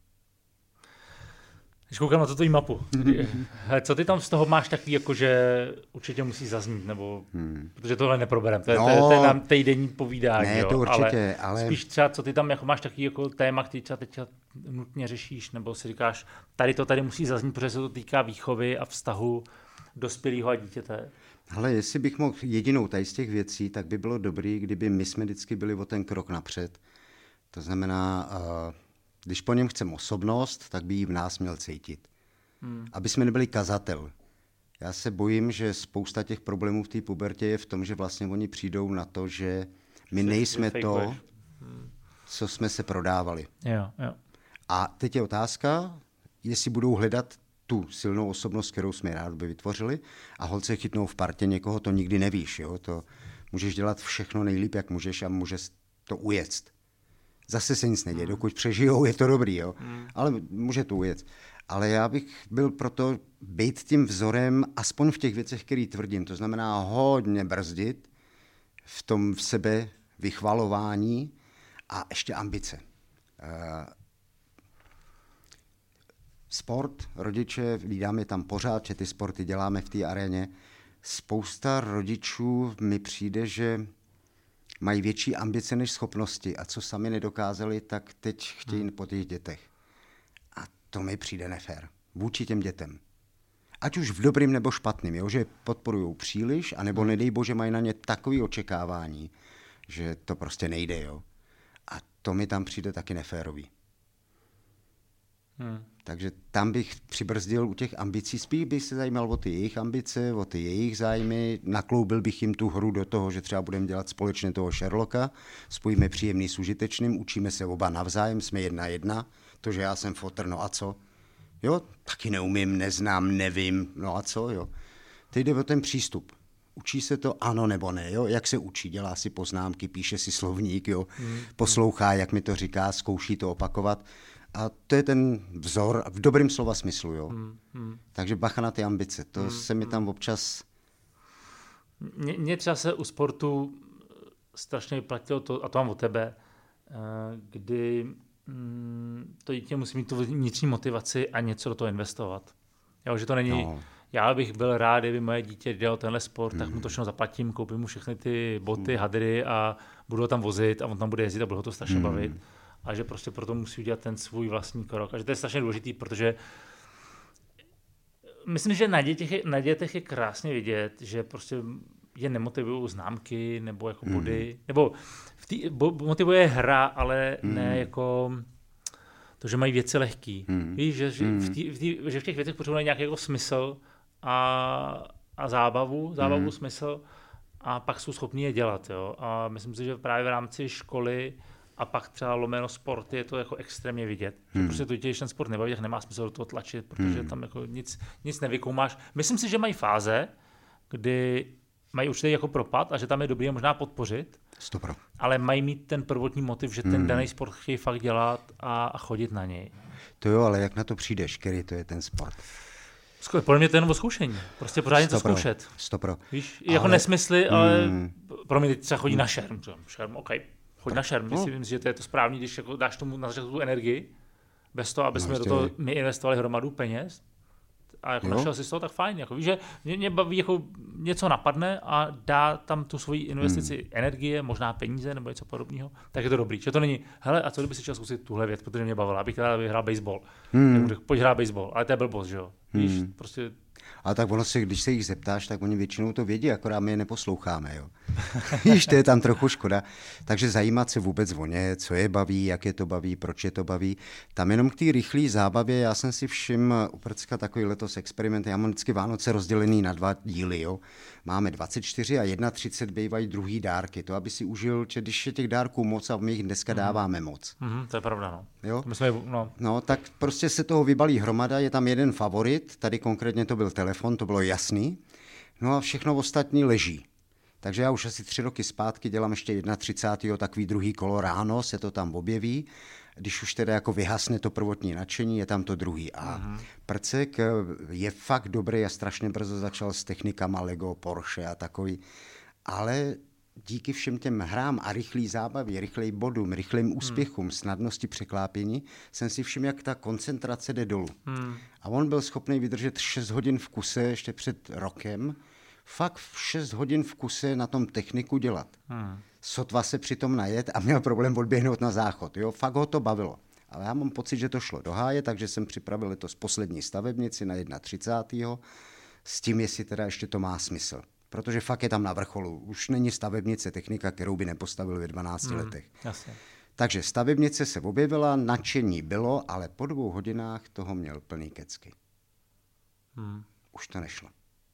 Když koukám na tuto mapu, co ty tam z toho máš takový, jako že určitě musí zaznít, nebo, hmm. protože tohle neproberem, to je, no, to je, to je nám týdenní povídání, ne, jo, to určitě, ale, ale spíš třeba, co ty tam jako máš takový jako téma, který třeba teď nutně řešíš, nebo si říkáš, tady to tady musí zaznít, protože se to týká výchovy a vztahu dospělého a dítěte. Ale jestli bych mohl jedinou tady z těch věcí, tak by bylo dobrý, kdyby my jsme vždycky byli o ten krok napřed. To znamená, uh, když po něm chceme osobnost, tak by ji v nás měl cítit. Hmm. Aby jsme nebyli kazatel. Já se bojím, že spousta těch problémů v té pubertě je v tom, že vlastně oni přijdou na to, že my nejsme to, co jsme se prodávali. Jo, jo. A teď je otázka, jestli budou hledat tu silnou osobnost, kterou jsme rádi vytvořili, a holce chytnou v partě někoho, to nikdy nevíš. Jo? To můžeš dělat všechno nejlíp, jak můžeš, a můžeš to ujet. Zase se nic neděje, dokud přežijou, je to dobrý, jo? Mm. Ale může to ujet. Ale já bych byl proto být tím vzorem, aspoň v těch věcech, který tvrdím. To znamená hodně brzdit v tom v sebe vychvalování A ještě ambice. Sport, rodiče, vídáme tam pořád, že ty sporty děláme v té aréně. Spousta rodičů mi přijde, že mají větší ambice než schopnosti a co sami nedokázali, tak teď chtějí hmm. po těch dětech. A to mi přijde nefér. Vůči těm dětem. Ať už v dobrým nebo špatným, jo? Že podporujou příliš, anebo nedej bože mají na ně takové očekávání, že to prostě nejde. Jo? A to mi tam přijde taky neférový. Hmm. Takže tam bych přibrzdil u těch ambicí, spíš bych se zajímal o ty jejich ambice, o ty jejich zájmy, nakloubil bych jim tu hru do toho, že třeba budeme dělat společně toho Sherlocka, spojíme příjemný s užitečným, učíme se oba navzájem, jsme jedna jedna, to, že já jsem fotr, no a co? Jo, taky neumím, neznám, nevím, no a co, jo. Teď jde o ten přístup. Učí se to ano nebo ne, jo? Jak se učí, dělá si poznámky, píše si slovník, jo? Hmm. Poslouchá, jak mi to říká, zkouší to opakovat. A to je ten vzor v dobrým slova smyslu, jo. Hmm, hmm. Takže bacha na ty ambice, to hmm, se mi tam občas... Mně třeba se u sportu strašně vyplatilo to, a to mám od tebe, kdy to dítě musí mít tu vnitřní motivaci a něco do toho investovat. Jo, že to není... No. Já bych byl rád, kdyby moje dítě dělalo tenhle sport, hmm. tak mu to všechno zaplatím, koupím mu všechny ty boty, hmm. hadry a budu ho tam vozit a on tam bude jezdit a bude ho to strašně hmm. bavit. A že prostě proto musí udělat ten svůj vlastní krok. A že to je strašně důležitý, protože myslím, že na dětech, na dětech je krásně vidět, že prostě je nemotivují známky nebo jako body, mm. nebo v tý, bo, motivuje hra, ale mm. ne jako to, že mají věci lehký. Mm. Víš, že, že, mm. v tý, v tý, že v těch věcech potřebují nějaký jako smysl a, a zábavu, zábavu, mm. smysl a pak jsou schopní je dělat. Jo? A myslím si, že právě v rámci školy a pak třeba lomeno sport je to jako extrémně vidět. Hmm. Že prostě to dítě, když ten sport nebaví, tak nemá smysl do toho tlačit, protože hmm. tam jako nic, nic nevykoumáš. Myslím si, že mají fáze, kdy mají určitě jako propad a že tam je dobrý je možná podpořit, Stopro. ale mají mít ten prvotní motiv, že ten hmm. daný sport chtějí fakt dělat a, a chodit na něj. To jo, ale jak na to přijdeš, který to je ten sport? Podle mě to je jenom o zkoušení. Prostě pořád něco zkoušet. Stopro. Víš, ale... jako nesmysly, ale hmm. pro mě třeba chodí hmm. na šerm. Šerm, OK. Choď na šerm, no. Myslím, že to je to správný, když jako dáš tomu na začátku tu energii, bez toho, aby no, jsme do toho my investovali hromadu peněz a jako našel si z toho, tak fajn. Jako, víš, že mě, mě baví, jako něco napadne a dá tam tu svoji investici hmm. energie, možná peníze nebo něco podobného, tak je to dobrý. Že to není, hele, a co kdyby si chtěl zkusit tuhle věc, protože mě bavila, abych teda hrál baseball. Hmm. Tak pojď hrát baseball, ale to je blbost, že jo. Víš, hmm. prostě... Ale tak ono se, když se jich zeptáš, tak oni většinou to vědí, akorát my je neposloucháme, jo. Víš, to je tam trochu škoda. Takže zajímat se vůbec o ně, co je baví, jak je to baví, proč je to baví. Tam jenom k té rychlé zábavě, já jsem si všiml u Prcka takový letos experiment, já mám vždycky Vánoce rozdělený na dva díly, jo. Máme dvacet čtyři a třicet jedna bývají druhý dárky, to aby si užil, že když je těch dárků moc a my jich dneska dáváme moc. Mm-hmm, to je pravda, no. Jo? To jsme, no. no, tak prostě se toho vybalí hromada, je tam jeden favorit, tady konkrétně to byl telefon, to bylo jasný, no a všechno ostatní leží. Takže já už asi tři roky zpátky dělám ještě třicátého prvního takový druhý kolo ráno, se to tam objeví, když už teda jako vyhasne to prvotní nadšení, je tam to druhý. A mm-hmm. Prcek je fakt dobrý a strašně brzo začal s technikama Lego, Porsche a takový, ale díky všem těm hrám a rychlý zábavě, rychlej bodům, rychlým úspěchům, hmm. snadnosti překlápění, jsem si všiml, jak ta koncentrace jde dolů. Hmm. A on byl schopný vydržet šest hodin v kuse ještě před rokem, fakt šest hodin v kuse na tom techniku dělat. Hmm. Sotva se přitom najet a měl problém odběhnout na záchod. Jo? Fakt ho to bavilo. Ale já mám pocit, že to šlo do háje, takže jsem připravil letos poslední stavebnici na třicátého prvního s tím, jestli teda ještě to má smysl. Protože fakt je tam na vrcholu. Už není stavebnice technika, kterou by nepostavil ve dvanácti hmm, letech. Jasně. Takže stavebnice se objevila, nadšení bylo, ale po dvou hodinách toho měl plný kecky. Hmm. Už to nešlo.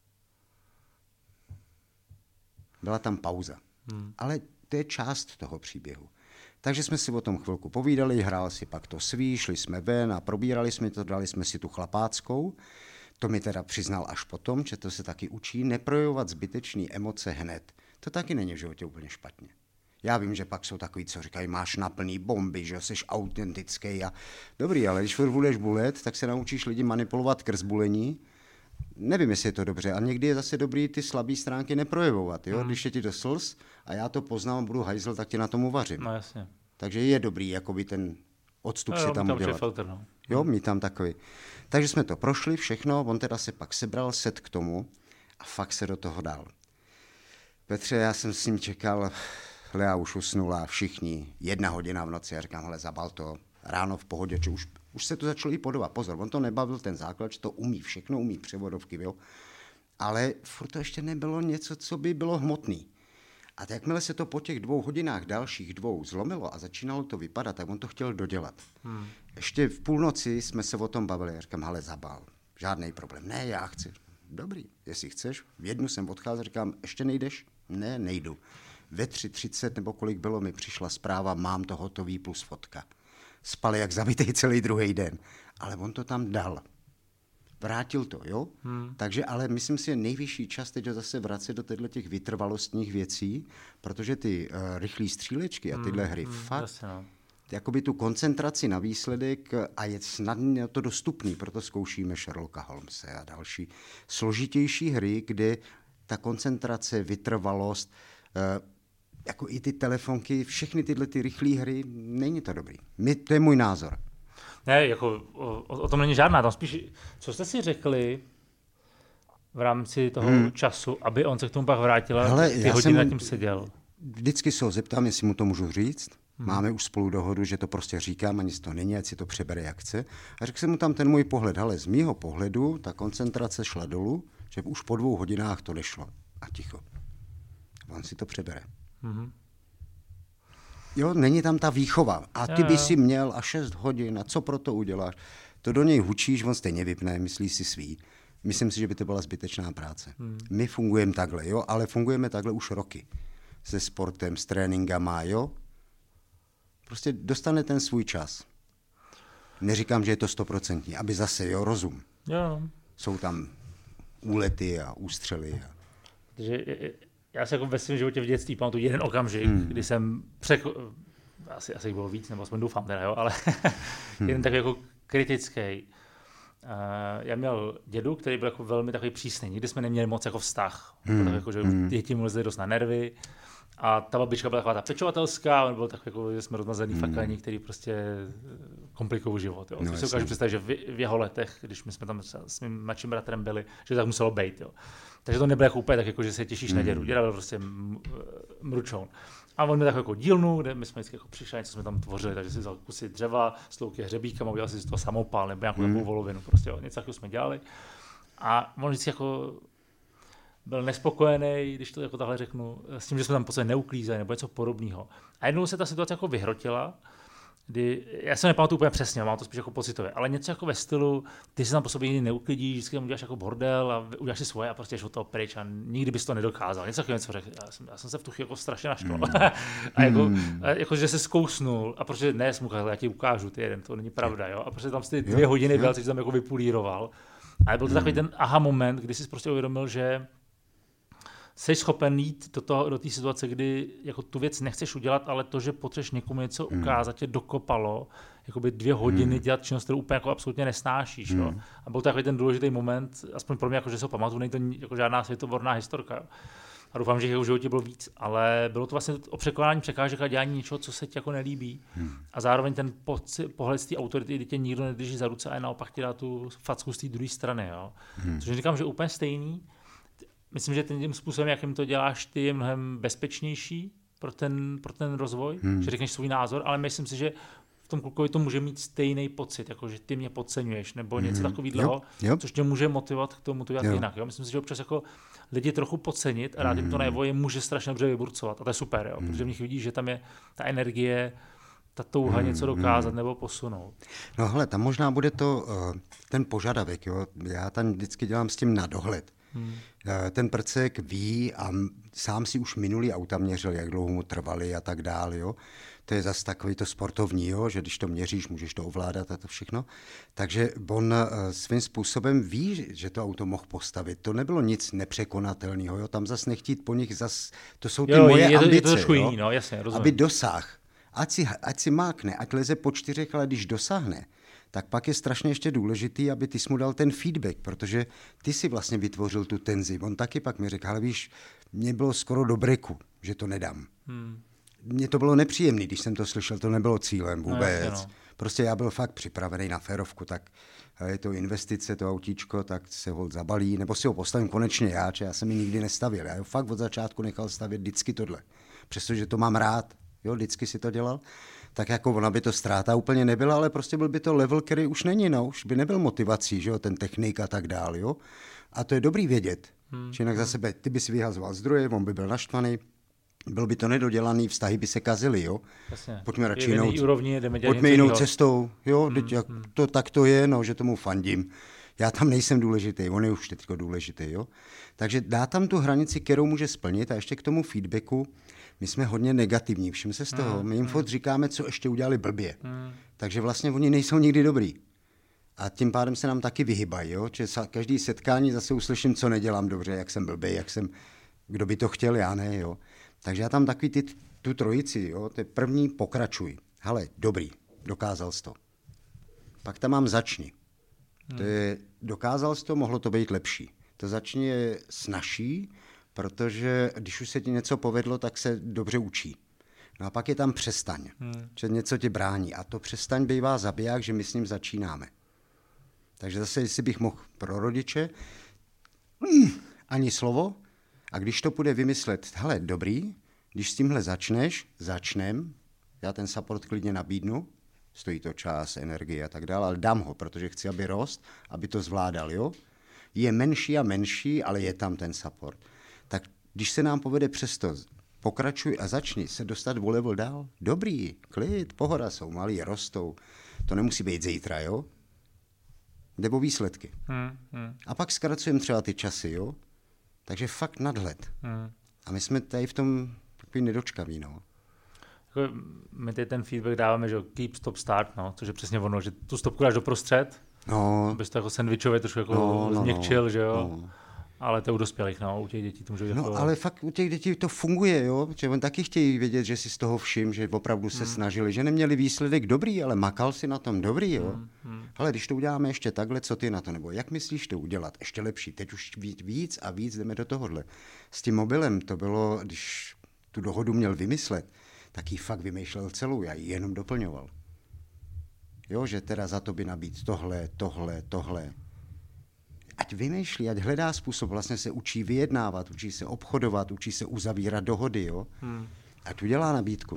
Byla tam pauza. Hmm. Ale to je část toho příběhu. Takže jsme si o tom chvilku povídali, hrál si pak to svý, šli jsme ven a probírali jsme to, dali jsme si tu chlapáckou. To mi teda přiznal až potom, že to se taky učí, neprojevovat zbytečný emoce hned. To taky není v životě úplně špatně. Já vím, že pak jsou takový, co říkají, máš na plný bomby, že jsi autentický a dobrý, ale když budeš bulet, tak se naučíš lidi manipulovat krz bulení. Nevím, jestli je to dobře. A někdy je zase dobrý ty slabé stránky neprojevovat. Jo? Hmm. Když je ti do slz a já to poznám a budu hajzl, tak ti na tom uvařím. No jasně. Takže je dobrý jakoby ten odstup no, si tam udělat. Filtr, no. Jo, mít tam takový. Takže jsme to prošli všechno, on teda se pak sebral set k tomu a fakt se do toho dal. Petře, já jsem s ním čekal, Lea už usnula, všichni, jedna hodina v noci, já říkám, hele, zabal to, ráno v pohodě, či už, už se to začalo i podobat. Pozor, on to nebavil ten základ, že to umí, všechno umí, převodovky, jo. Ale furt to ještě nebylo něco, co by bylo hmotný. A jakmile se to po těch dvou hodinách dalších dvou zlomilo a začínalo to vypadat, tak on to chtěl dodělat. Hmm. Ještě v půlnoci jsme se o tom bavili, já říkám, hele, zabal, žádný problém. Ne, já chci. Dobrý, jestli chceš. V jednu jsem odcházel, říkám, ještě nejdeš? Ne, nejdu. Ve tři třicet nebo kolik bylo, mi přišla zpráva, mám to hotový plus fotka. Spal jak zabitý celý druhý den. Ale on to tam dal. Vrátil to, jo? Hmm. Takže ale myslím si, je nejvyšší čas teď zase vracet do těchto těch vytrvalostních věcí, protože ty uh, rychlé střílečky a tyhle hry hmm. fakt, zase, no. jakoby tu koncentraci na výsledek a je snadně to dostupný, proto zkoušíme Sherlocka Holmese a další složitější hry, kde ta koncentrace, vytrvalost, uh, jako i ty telefonky, všechny tyhle ty rychlé hry, není to dobrý. My, to je můj názor. Ne, jako o, o tom není žádná, tam spíš, co jste si řekli v rámci toho hmm. času, aby on se k tomu pak vrátil a ty hodiny nad tím seděl? Vždycky se ho zeptám, jestli mu to můžu říct. Hmm. Máme už spolu dohodu, že to prostě říkám, ani to není, ať si to přebere jak chce. A řekl jsem mu tam ten můj pohled, ale z mýho pohledu ta koncentrace šla dolů, že už po dvou hodinách to nešlo. A ticho. On si to přebere. Hmm. Jo, není tam ta výchova. A ty by si měl a šest hodin, a co pro to uděláš? To do něj hučíš, on stejně vypne, myslí si svý. Myslím si, že by to byla zbytečná práce. Hmm. My fungujeme takhle, jo, ale fungujeme takhle už roky. Se sportem, s tréninkama, jo. Prostě dostane ten svůj čas. Neříkám, že je to stoprocentní, aby zase, jo, rozum. Jo. Jsou tam úlety a ústřely. A... Takže já se jako ve svém životě v dětství pamatuju jeden okamžik, hmm. kdy jsem překl... asi, asi bylo víc, nebo aspoň doufám teda, jo, ale hmm. jeden takový jako kritický. Uh, já měl dědu, který byl jako velmi takový přísný. Nikdy jsme neměli moc jako vztah. Hmm. Tak jako, že hmm. děti mu lezly dost na nervy. A ta babička byla taková ta pečovatelská, on byl takový, jako, že jsme rozmazaný hmm. faklení, který prostě komplikují život. Jo. No, si ukážu představit, že v, v jeho letech, když my jsme tam s mým mladším bratrem byli, že tak muselo být. Jo. Takže to nebylo jako úplně tak, jako, že se těšíš hmm. na dědu. Děda byl prostě mručoun. A on měl takovou jako dílnu, kde my jsme vždycky jako přišli, něco jsme tam tvořili, takže si vzal kusy dřeva, slouky hřebíkama, udělal si z toho samopal nebo nějakou hmm. volovinu, prostě jo, něco takového jsme dělali. A on vždycky jako byl nespokojený, když to jako takhle řeknu, s tím, že jsme tam prostě neuklízeli nebo něco podobného. A jednou se ta situace jako vyhrotila, kdy, já se nepamatuju úplně přesně, mám to spíš jako pocitově, ale něco jako ve stylu, ty si tam po sobě nikdy neuklidíš, vždycky tam uděláš jako bordel a uděláš si svoje a prostě jsi od toho pryč a nikdy bys to nedokázal. Něco takového něco řekl. Já jsem, já jsem se v tu chvíli jako strašně naštval. Mm. a, jako, a jako, že se zkousnul a protože ne, jsem ukázal, já ti ukážu ty jeden, to není pravda, jo. A protože tam ty dvě hodiny byl, což tam jako vypulíroval. A byl to mm. takový ten aha moment, kdy jsi prostě uvědomil, že jsi schopen jít do té do situace, kdy jako tu věc nechceš udělat, ale to, že potřebuješ někomu něco ukázat, tě dokopalo, jakoby dvě hodiny dělat činnost, kterou úplně jako absolutně nesnášíš. Hmm. Jo. A byl to takový ten důležitý moment, aspoň pro mě, jako, že se ho pamatuju, není to jako žádná světoborná historka. Jo. A doufám, že jeho životě bylo víc, ale bylo to vlastně o překonání překážek a dělání něčeho, co se ti jako nelíbí. Hmm. A zároveň ten poci, pohled z té autority, kdy tě nikdo nedrží za ruce a naopak ti dá tu facku z té druhé strany. Jo. Hmm. Což říkám, že úplně stejný. Myslím, že tím způsobem, jakým to děláš ty, je mnohem bezpečnější pro ten, pro ten rozvoj, hmm. že řekneš svůj názor, ale myslím si, že v tom klukovi to může mít stejný pocit, jako že ty mě podceňuješ, nebo něco hmm. takového, což tě může motivovat k tomu to dělat jo. jinak. Jo? Myslím si, že občas jako lidi trochu podcenit a rád jim to najevo je může strašně dobře vyburcovat. A to je super, jo? Hmm. Protože v nich vidíš, že tam je ta energie, ta touha hmm. něco dokázat hmm. nebo posunout. No hele, tam možná bude to uh, ten požadavek. Jo? Já tam vždycky dělám s tím na dohled. Hmm. Ten prcek ví a sám si už minulý auta měřil, jak dlouho mu trvali a tak dál. Jo. To je zase takový to sportovní, jo, že když to měříš, můžeš to ovládat a to všechno. Takže on svým způsobem ví, že to auto mohl postavit. To nebylo nic nepřekonatelného. Jo. Tam zase nechtít po nich, zas, to jsou ty jo, moje je, ambice, je to trošku jo, jiný, no, jasně, rozumím. Aby dosáh. Ať si, ať si mákne, ať leze po čtyřech, ale když dosáhne, tak pak je strašně ještě důležitý, aby ty jsi mu dal ten feedback, protože ty si vlastně vytvořil tu tenzi. On taky pak mi řekl, ale víš, mě bylo skoro do breku, že to nedám. Hmm. mně to bylo nepříjemné, když jsem to slyšel, to nebylo cílem vůbec. No, jasně, no. Prostě já byl fakt připravený na férovku, tak je to investice, to autíčko, tak se ho zabalí, nebo si ho postavím konečně já, že já jsem mi nikdy nestavil. Já ho fakt od začátku nechal stavět vždycky tohle. Přestože to mám rád, jo, vždycky si to dělal, tak jako ona by to ztráta úplně nebyla, ale prostě byl by to level, který už není, no, už by nebyl motivací, že jo, ten technik a tak dál, jo. A to je dobrý vědět, hmm. že jinak za sebe, ty by si vyhazoval zdroje, on by byl naštvaný, byl by to nedodělaný, vztahy by se kazily, jo. Jasně. Pojďme radši jinou, úrovni, pojďme jinou cestou, jo, hmm. jak to tak to je, no, že tomu fandím. Já tam nejsem důležitý, on je už teďko důležitý, jo. Takže dá tam tu hranici, kterou může splnit a ještě k tomu feedbacku, my jsme hodně negativní, všim se z toho, my jim furt říkáme, co ještě udělali blbě. Hmm. Takže vlastně oni nejsou nikdy dobrý. A tím pádem se nám taky vyhybají, jo, že každý setkání zase uslyším, co nedělám dobře, jak jsem blbý, jak jsem, kdo by to chtěl, já ne, jo. Takže já tam takový ty, tu trojici, jo, to je první, pokračuj. Hele, dobrý, dokázal jsi to. Pak tam mám začni. Hmm. To je, dokázal jsi to, mohlo to být lepší. To začni je snazší, protože když už se ti něco povedlo, tak se dobře učí. No a pak je tam přestaň, hmm. že něco ti brání. A to přestaň bývá zabiják, že my s ním začínáme. Takže zase, jestli bych mohl pro rodiče, mm, ani slovo, a když to půjde vymyslet, hele, dobrý, když s tímhle začneš, začnem, já ten support klidně nabídnu, stojí to čas, energie a tak dále, ale dám ho, protože chci, aby rost, aby to zvládal, jo. Je menší a menší, ale je tam ten support. Tak když se nám povede přesto, pokračuj a začni se dostat o level dál, dobrý, klid, pohoda, jsou malí, rostou, to nemusí být zítra, jo. Jde o výsledky. Hmm, hmm. A pak zkracujeme třeba ty časy, jo. Takže fakt nadhled. Hmm. A my jsme tady v tom takový nedočkaví, no. Jako my teď ten feedback dáváme, že keep, stop, start, no, což je přesně ono, že tu stopku dáš doprostřed, no. abys to jako sandvičově trošku jako no, no, změkčil, no, že jo. No. Ale to u dospělých, no, u těch dětí to může být no, jako... ale fakt u těch dětí to funguje, jo, že oni taky chtějí vědět, že si z toho všim, že opravdu se hmm. snažili, že neměli výsledek dobrý, ale makal si na tom dobrý, jo. Hmm. Hmm. Ale když to uděláme ještě takhle, co ty na to, nebo jak myslíš to udělat, ještě lepší, teď už víc a víc jdeme do tohohle. S tím mobilem to bylo, když tu dohodu měl vymyslet, tak ji fakt vymýšlel celou, já ji jenom doplňoval. Jo, že teda za to by nabít tohle, tohle, tohle. Ať vymýšlí, ať hledá způsob, vlastně se učí vyjednávat, učí se obchodovat, učí se uzavírat dohody, jo. Hmm. Ať udělá nabídku.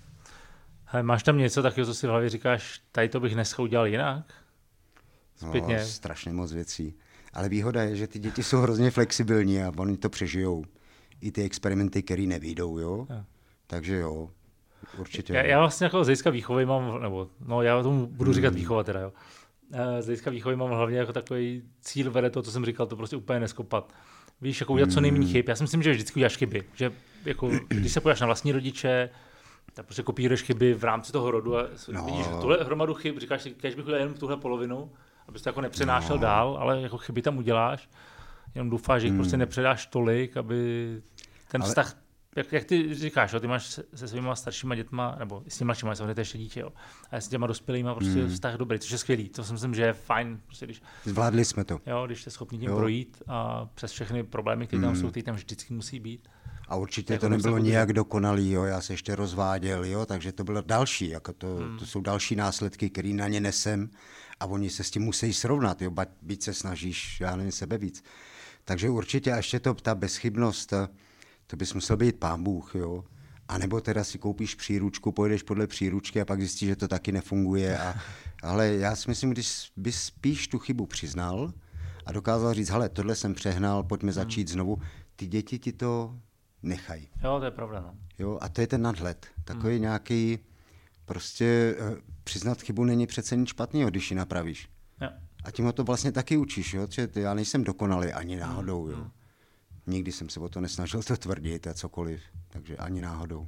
Hele, máš tam něco takového, co si v hlavě říkáš, tady to bych dneska udělal jinak? Zpětně. No, strašně moc věcí. Ale výhoda je, že ty děti jsou hrozně flexibilní a oni to přežijou. I ty experimenty, které nevyjdou, jo. Ja. Takže jo, určitě. Já, já vlastně jako z hlediska výchovy mám, nebo no já tomu budu říkat hmm. výchova teda, jo. Z hlediska výchovy mám hlavně jako takový cíl vede to, co jsem říkal, to prostě úplně neskopat. Víš, jako udělat co nejméně chyb. Já si myslím, že vždycky uděláš chyby. Že jako, když se podíváš na vlastní rodiče, tak prostě kopíruješ chyby v rámci toho rodu a no. vidíš tuhle hromadu chyb, říkáš si, kež bych udělal jenom tuhle polovinu, abys to jako nepřenášel no. dál, ale jako chyby tam uděláš. Jenom doufáš, že jich hmm. prostě nepředáš tolik, aby ten ale... vztah, jak, jak ty říkáš, jo, ty máš se, se svýma staršíma dětma, nebo s tím mladšíma, samozřejmě to ještě dítě, jo, a s těma dospělýma prostě hmm. vztah dobrý, což je skvělý, to si myslím, že je fajn. Prostě, když, zvládli jsme to. Jo, když jste schopni tím jo. projít a přes všechny problémy, které tam hmm. jsou, které tam vždycky musí být. A určitě to nebylo nijak dokonalý, jo, já se ještě rozváděl, jo, takže to bylo další, jako to, hmm. to jsou další následky, které na ně nesem a oni se s tím musí srovnat, jo, být se snažíš, já nevím, sebe víc. Takže určitě, a ještě to, ta bezchybnost, to bys musel být pán Bůh, jo. A nebo teda si koupíš příručku, pojedeš podle příručky a pak zjistíš, že to taky nefunguje. A, ale já si myslím, když bys spíš tu chybu přiznal a dokázal říct, hele, tohle jsem přehnal, pojďme začít hmm. znovu, ty děti ti to nechají. Jo, to je pravda, no. Jo, a to je ten nadhled. Takový hmm. nějaký, prostě přiznat chybu není přece nic špatného, když ji napravíš. Jo. A tím ho to vlastně taky učíš, jo, že já nejsem dokonalý ani náhodou, jo. Nikdy jsem se o to nesnažil to tvrdit a cokoliv, takže ani náhodou.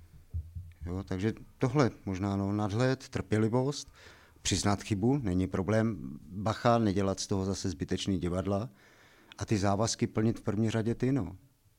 Jo, takže tohle možná no, nadhled, trpělivost, přiznat chybu, není problém, bacha, nedělat z toho zase zbytečný divadla a ty závazky plnit v první řadě ty, no.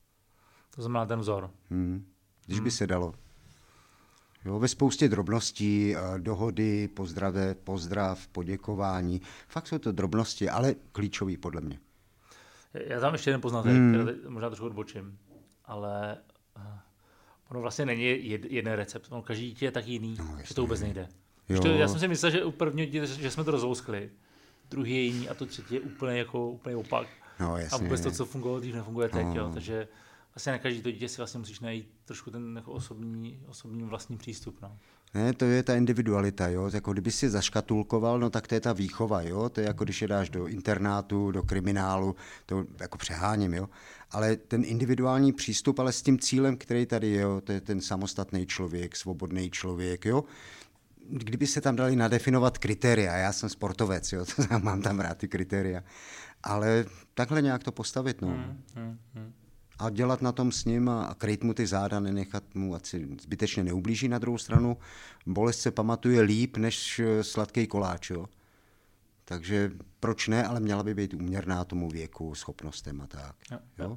To znamená ten vzor. Hmm. Když hmm. by se dalo. Jo, ve spoustě drobností, dohody, pozdrave, pozdrav, poděkování. Fakt jsou to drobnosti, ale klíčový podle mě. Já tam ještě jeden poznatek, hmm. který možná trošku odbočím, ale ono vlastně není jed, jeden recept, ono každý dítě je tak jiný, no, že to vůbec nejde. To, já jsem si myslel, že u prvního dítě, že jsme to rozlouskli, druhý je jiný a to třetí je úplně jako úplně opak. No, jasně, a vůbec to, co fungovalo dřív, nefunguje teď, no. jo. Takže vlastně na každý to dítě si vlastně musíš najít trošku ten jako osobní, osobní vlastní přístup. No. Ne, to je ta individualita, jo. Jako kdyby si zaškatulkoval, no tak to je ta výchova, jo. To je jako když je dáš do internátu, do kriminálu, to jako přeháním, jo. Ale ten individuální přístup, ale s tím cílem, který tady je, jo, to je ten samostatný člověk, svobodný člověk, jo. Kdyby se tam dali nadefinovat kritéria, já jsem sportovec, jo, to mám tam rád ty kritéria, ale takhle nějak to postavit, no. Hmm, hmm, hmm. A dělat na tom s ním a kryt mu ty záda, nenechat mu, ať si zbytečně neublíží. Na druhou stranu, bolest se pamatuje líp než sladký koláč, jo. Takže proč ne, ale měla by být úměrná tomu věku, schopnostem a tak. Jo, jo.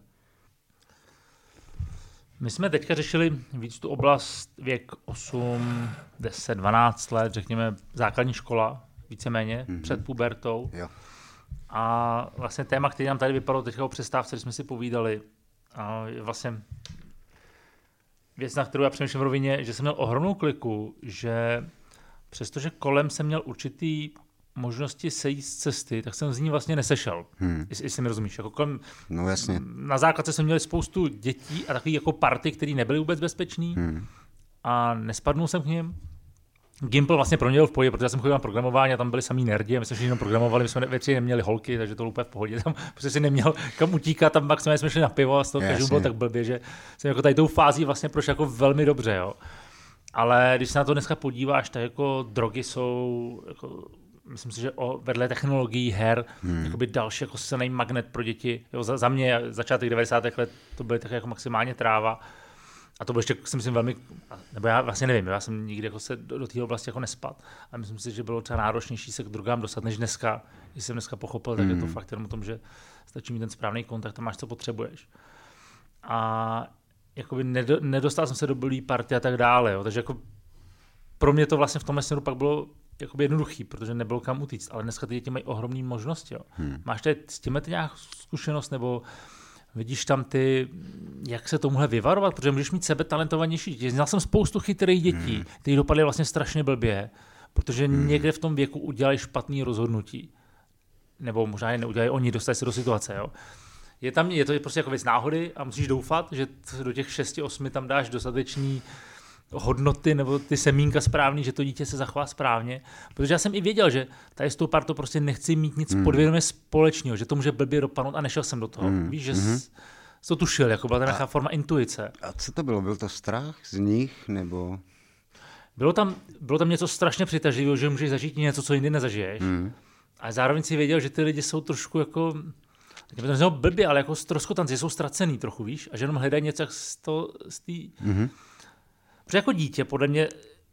My jsme teďka řešili víc tu oblast věk osm, deset, dvanáct let, řekněme základní škola, víceméně, mm-hmm. před pubertou. Jo. A vlastně téma, který nám tady vypadalo teďka o přestávce, když jsme si povídali, a je vlastně věc, na kterou já přemýšlím v rovině, že jsem měl ohromnou kliku, že přestože kolem jsem měl určitý možnosti sejít z cesty, tak jsem z ní vlastně nesešel, hmm. jestli, jestli mi rozumíš. Jako kolem, no jasně. Na základce jsme měli spoustu dětí a takový jako party, které nebyly vůbec bezpečný hmm. a nespadnul jsem k nim. Gimple vlastně pro mě byl v pohodě, protože já jsem chodil na programování a tam byli samý nerdi a my jsme všichni jenom programovali, my jsme většině neměli holky, takže to bylo úplně v pohodě. Tam prostě si neměl kam utíkat, tam maximálně jsme šli na pivo a z toho každý bylo tak blbě, že jsem jako tady tou fází vlastně prošel jako velmi dobře, jo. Ale když se na to dneska podíváš, tak jako drogy jsou, jako, myslím si, že o, vedle technologií her, hmm. jakoby další jako silný magnet pro děti. Jo, za, za mě začátek devadesátých let to byly tak jako maximálně tráva. A to bylo ještě, si myslím, velmi, nebo já vlastně nevím, já jsem nikdy jako se do, do té oblasti jako nespad. A myslím si, že bylo třeba náročnější se k drogám dostat než dneska. Když jsem dneska pochopil, tak mm. je to fakt jenom o tom, že stačí mít ten správný kontakt a máš, co potřebuješ. A jakoby nedo, nedostal jsem se do blbý party a tak dále. Jo. Takže jako pro mě to vlastně v tomhle směru pak bylo jakoby jednoduchý, protože nebylo kam utíct. Ale dneska ty děti mají ohromné možnosti. Jo. Mm. Máš tady s tím nějak zkušenost, nebo vidíš tam ty, jak se tomuhle vyvarovat, protože můžeš mít sebe talentovanější děti. Znal jsem spoustu chytrých dětí, hmm. kteří dopadly vlastně strašně blbě, protože hmm. někde v tom věku udělají špatný rozhodnutí. Nebo možná je neudělají oni, dostali se do situace. Jo. Je tam, je to prostě jako věc náhody a musíš doufat, že do těch šesti, osmi tam dáš dostatečný hodnoty nebo ty semínka správný, že to dítě se zachová správně. Protože já jsem i věděl, že tady s tou partou prostě nechci mít nic mm. podvědomě společného, že to může blbě dopadnout a nešel jsem do toho. Mm. Víš, že mm. jsi to tušil, jako byla nějaká forma intuice. A co to bylo? Byl to strach z nich, nebo? Bylo tam, bylo tam něco strašně přitažlivého, že můžeš zažít něco, co jindy nezažiješ. Mm. A zároveň si věděl, že ty lidi jsou trošku jako, tak to neznáme blbě, ale jako ztroskotanci, jsou ztracený trochu, víš, a že jenom hledají něco z toho, z té... Mm. Protože jako dítě, podle mě,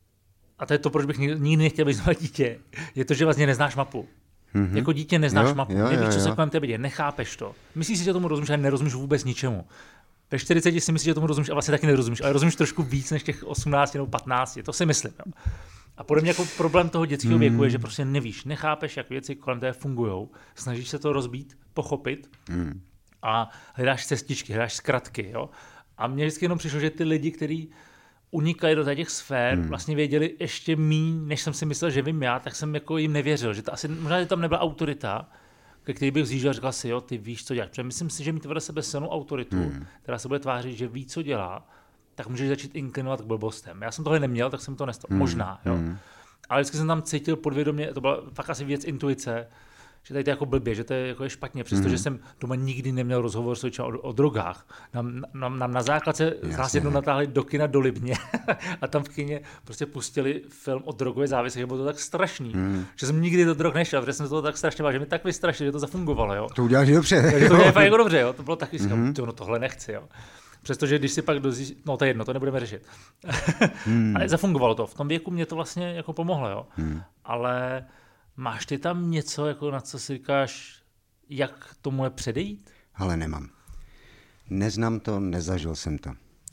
a to je to, proč bych nikdy nechtěl být znamenat dítě, je to, že vlastně neznáš mapu. Mm-hmm. Jako dítě neznáš jo, mapu, jo, nevíš, jo, co jo. se kolem tebe děje, nechápeš to. Myslíš si, že tomu rozumíš, ale nerozumíš vůbec ničemu. Ve čtyřiceti si myslíš, že tomu rozumíš a vlastně taky nerozumíš, ale rozumíš trošku víc než těch osmnáct nebo patnáct, to si myslím. Jo. A podle mě jako problém toho dětského mm. věku je, že prostě nevíš, nechápeš, jak věci kolem tebe fungujou, snažíš se to rozbít, pochopit mm. a hledáš cestičky, hledáš zkratky. Jo. A mně vždycky jenom přišlo, že ty lidi, kteří unikají do těch sfér, hmm. vlastně věděli ještě míň, než jsem si myslel, že vím já, tak jsem jako jim nevěřil, že to asi, možná, že tam nebyla autorita, ke který bych zjížděl a říkal si, jo, ty víš, co děláš. Protože myslím si, že mít vedle sebe silnou autoritu, hmm. která se bude tvářit, že ví, co dělá, tak můžeš začít inklinovat k blbostem. Já jsem tohle neměl, tak jsem to nestalo. Hmm. Možná, jo. Hmm. Ale vždycky jsem tam cítil podvědomě, to byla fakt asi věc intuice, že tady to je jako blbě, že to je jako je špatně, přestože mm. jsem doma nikdy neměl rozhovor s o, o drogách. Nám, nám, nám na základce z nás jednou natáhli do kina do Libně a tam v kině prostě pustili film o drogové závislosti, bylo to tak strašný, mm. že jsem nikdy do drog nešel, protože jsem to tak strašně bál, že mi tak vystrašili, že to zafungovalo. Jo. To uděláš dobře. Takže to uděláš fakt jako dobře, jo. To bylo taky, mm. no tohle nechci. Jo. Přestože když si pak dozví, no to je jedno, to nebudeme řešit. mm. Ale zafungovalo to. V tom věku mě to vlastně jako pomohlo. Jo. Mm. Ale máš ty tam něco, jako na co si říkáš, jak tomu je předejít? Ale nemám. Neznám to, nezažil jsem to.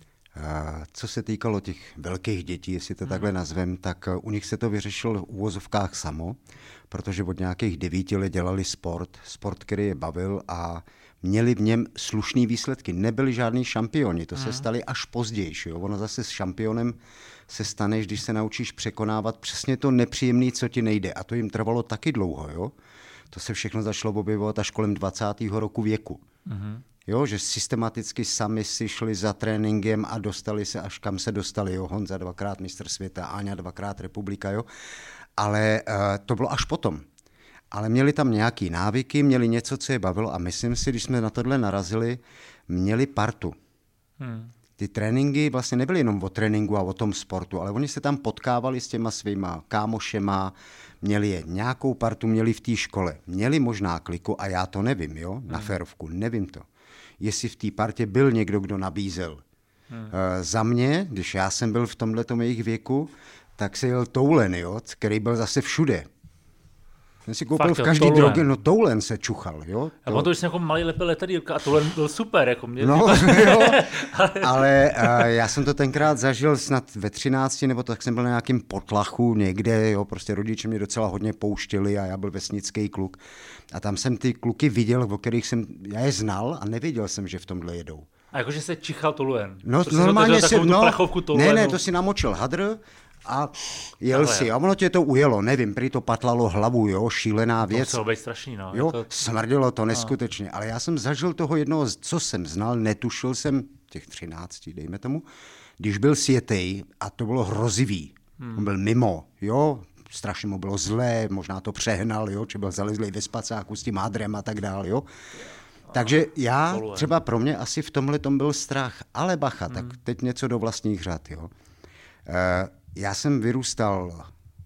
A co se týkalo těch velkých dětí, jestli to hmm. takhle nazvem, tak u nich se to vyřešilo v úvozovkách samo, protože od nějakých devíti let dělali sport, sport, který je bavil a měli v něm slušný výsledky. Nebyli žádný šampioni, to hmm. se stali až později. Jo? Ono zase s šampionem se staneš, když se naučíš překonávat přesně to nepříjemné, co ti nejde. A to jim trvalo taky dlouho. Jo? To se všechno začalo objevovat až kolem dvacátého roku věku. Hmm. Jo, že systematicky sami si šli za tréninkem a dostali se až kam se dostali. Jo? Honza dvakrát mistr světa, Áňa dvakrát republika. Jo? Ale uh, to bylo až potom. Ale měli tam nějaký návyky, měli něco, co je bavilo a myslím si, když jsme na tohle narazili, měli partu. Hmm. Ty tréninky vlastně nebyly jenom o tréninku a o tom sportu, ale oni se tam potkávali s těma svýma kámošema, měli je nějakou partu, měli v té škole, měli možná kliku a já to nevím, jo, na hmm. férovku, nevím to. Jestli v té partě byl někdo, kdo nabízel. Hmm. Uh, za mě, když já jsem byl v tomhletom jejich věku, tak se jel Toulen, jo, který byl zase všude. Jsem si koupil Fakt, v každý droge, no Toulen se čuchal, jo. A to, když jsem jako malý lepil letadýlka a Toulen byl super, jako mě. No, jo, ale uh, já jsem to tenkrát zažil snad ve třinácti, nebo tak jsem byl na nějakým potlachu někde, jo, prostě rodiče mě docela hodně pouštěli a já byl vesnický kluk. A tam jsem ty kluky viděl, o kterých jsem, já je znal a nevěděl jsem, že v tomhle jedou. A jakože se čichal Toulen? No, to normálně si, no, ne, ne, to si namočil hadr, a jel ale si, a ono tě to ujelo, nevím, prý to patlalo hlavu, jo, šílená věc. To muselo být strašný, no. Jo, to... smrdilo to neskutečně, ale já jsem zažil toho jednoho, co jsem znal, netušil jsem těch třinácti, dejme tomu, když byl sjetej a to bylo hrozivý, hmm. on byl mimo, jo, strašně mu bylo zlé, možná to přehnal, jo, či byl zalezlý ve spacáku s tím hadrem a tak dál, jo. Takže já, třeba pro mě asi v tomhle tom byl strach, ale bacha, hmm. tak teď něco do vlastních řad, jo. Uh, Já jsem vyrůstal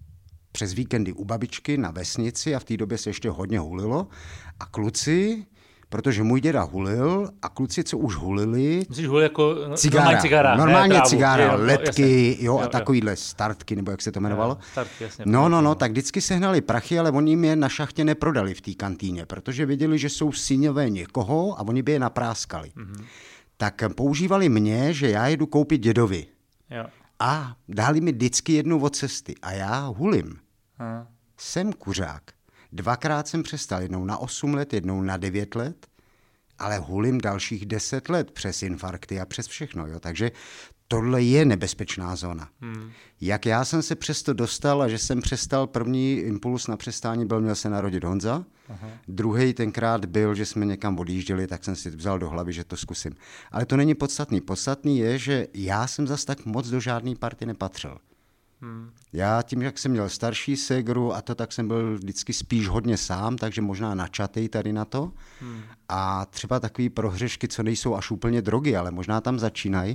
přes víkendy u babičky na vesnici a v té době se ještě hodně hulilo. A kluci, protože můj děda hulil a kluci, co už hulili... Myslíš hulil jako cigára, cigára? Normálně ne, cigára, jo, letky, jo, jo, a takovýhle startky, nebo jak se to jmenovalo. Jo, startky, jasně. No, no, no, tak vždycky sehnali prachy, ale oni jim je na šachtě neprodali v té kantýně, protože věděli, že jsou syňové někoho a oni by je napráskali. Mm-hmm. Tak používali mě, že já jedu koupit dědovi. Jo. A dali mi vždycky jednu od cesty a já hulím. Hmm. Jsem kuřák. Dvakrát jsem přestal, jednou na osm let, jednou na devět let, ale hulím dalších deset let přes infarkty a přes všechno. Jo? Takže tohle je nebezpečná zóna. Hmm. Jak já jsem se přesto dostal a že jsem přestal, první impuls na přestání byl, měl se narodit Honza. Aha. Druhý tenkrát byl, že jsme někam odjížděli, tak jsem si vzal do hlavy, že to zkusím. Ale to není podstatný. Podstatný je, že já jsem zas tak moc do žádné party nepatřil. Hmm. Já tím, jak jsem měl starší ségru a to, tak jsem byl vždycky spíš hodně sám, takže možná načatej tady na to. Hmm. A třeba takový prohřešky, co nejsou až úplně drogy, ale možná tam začínají.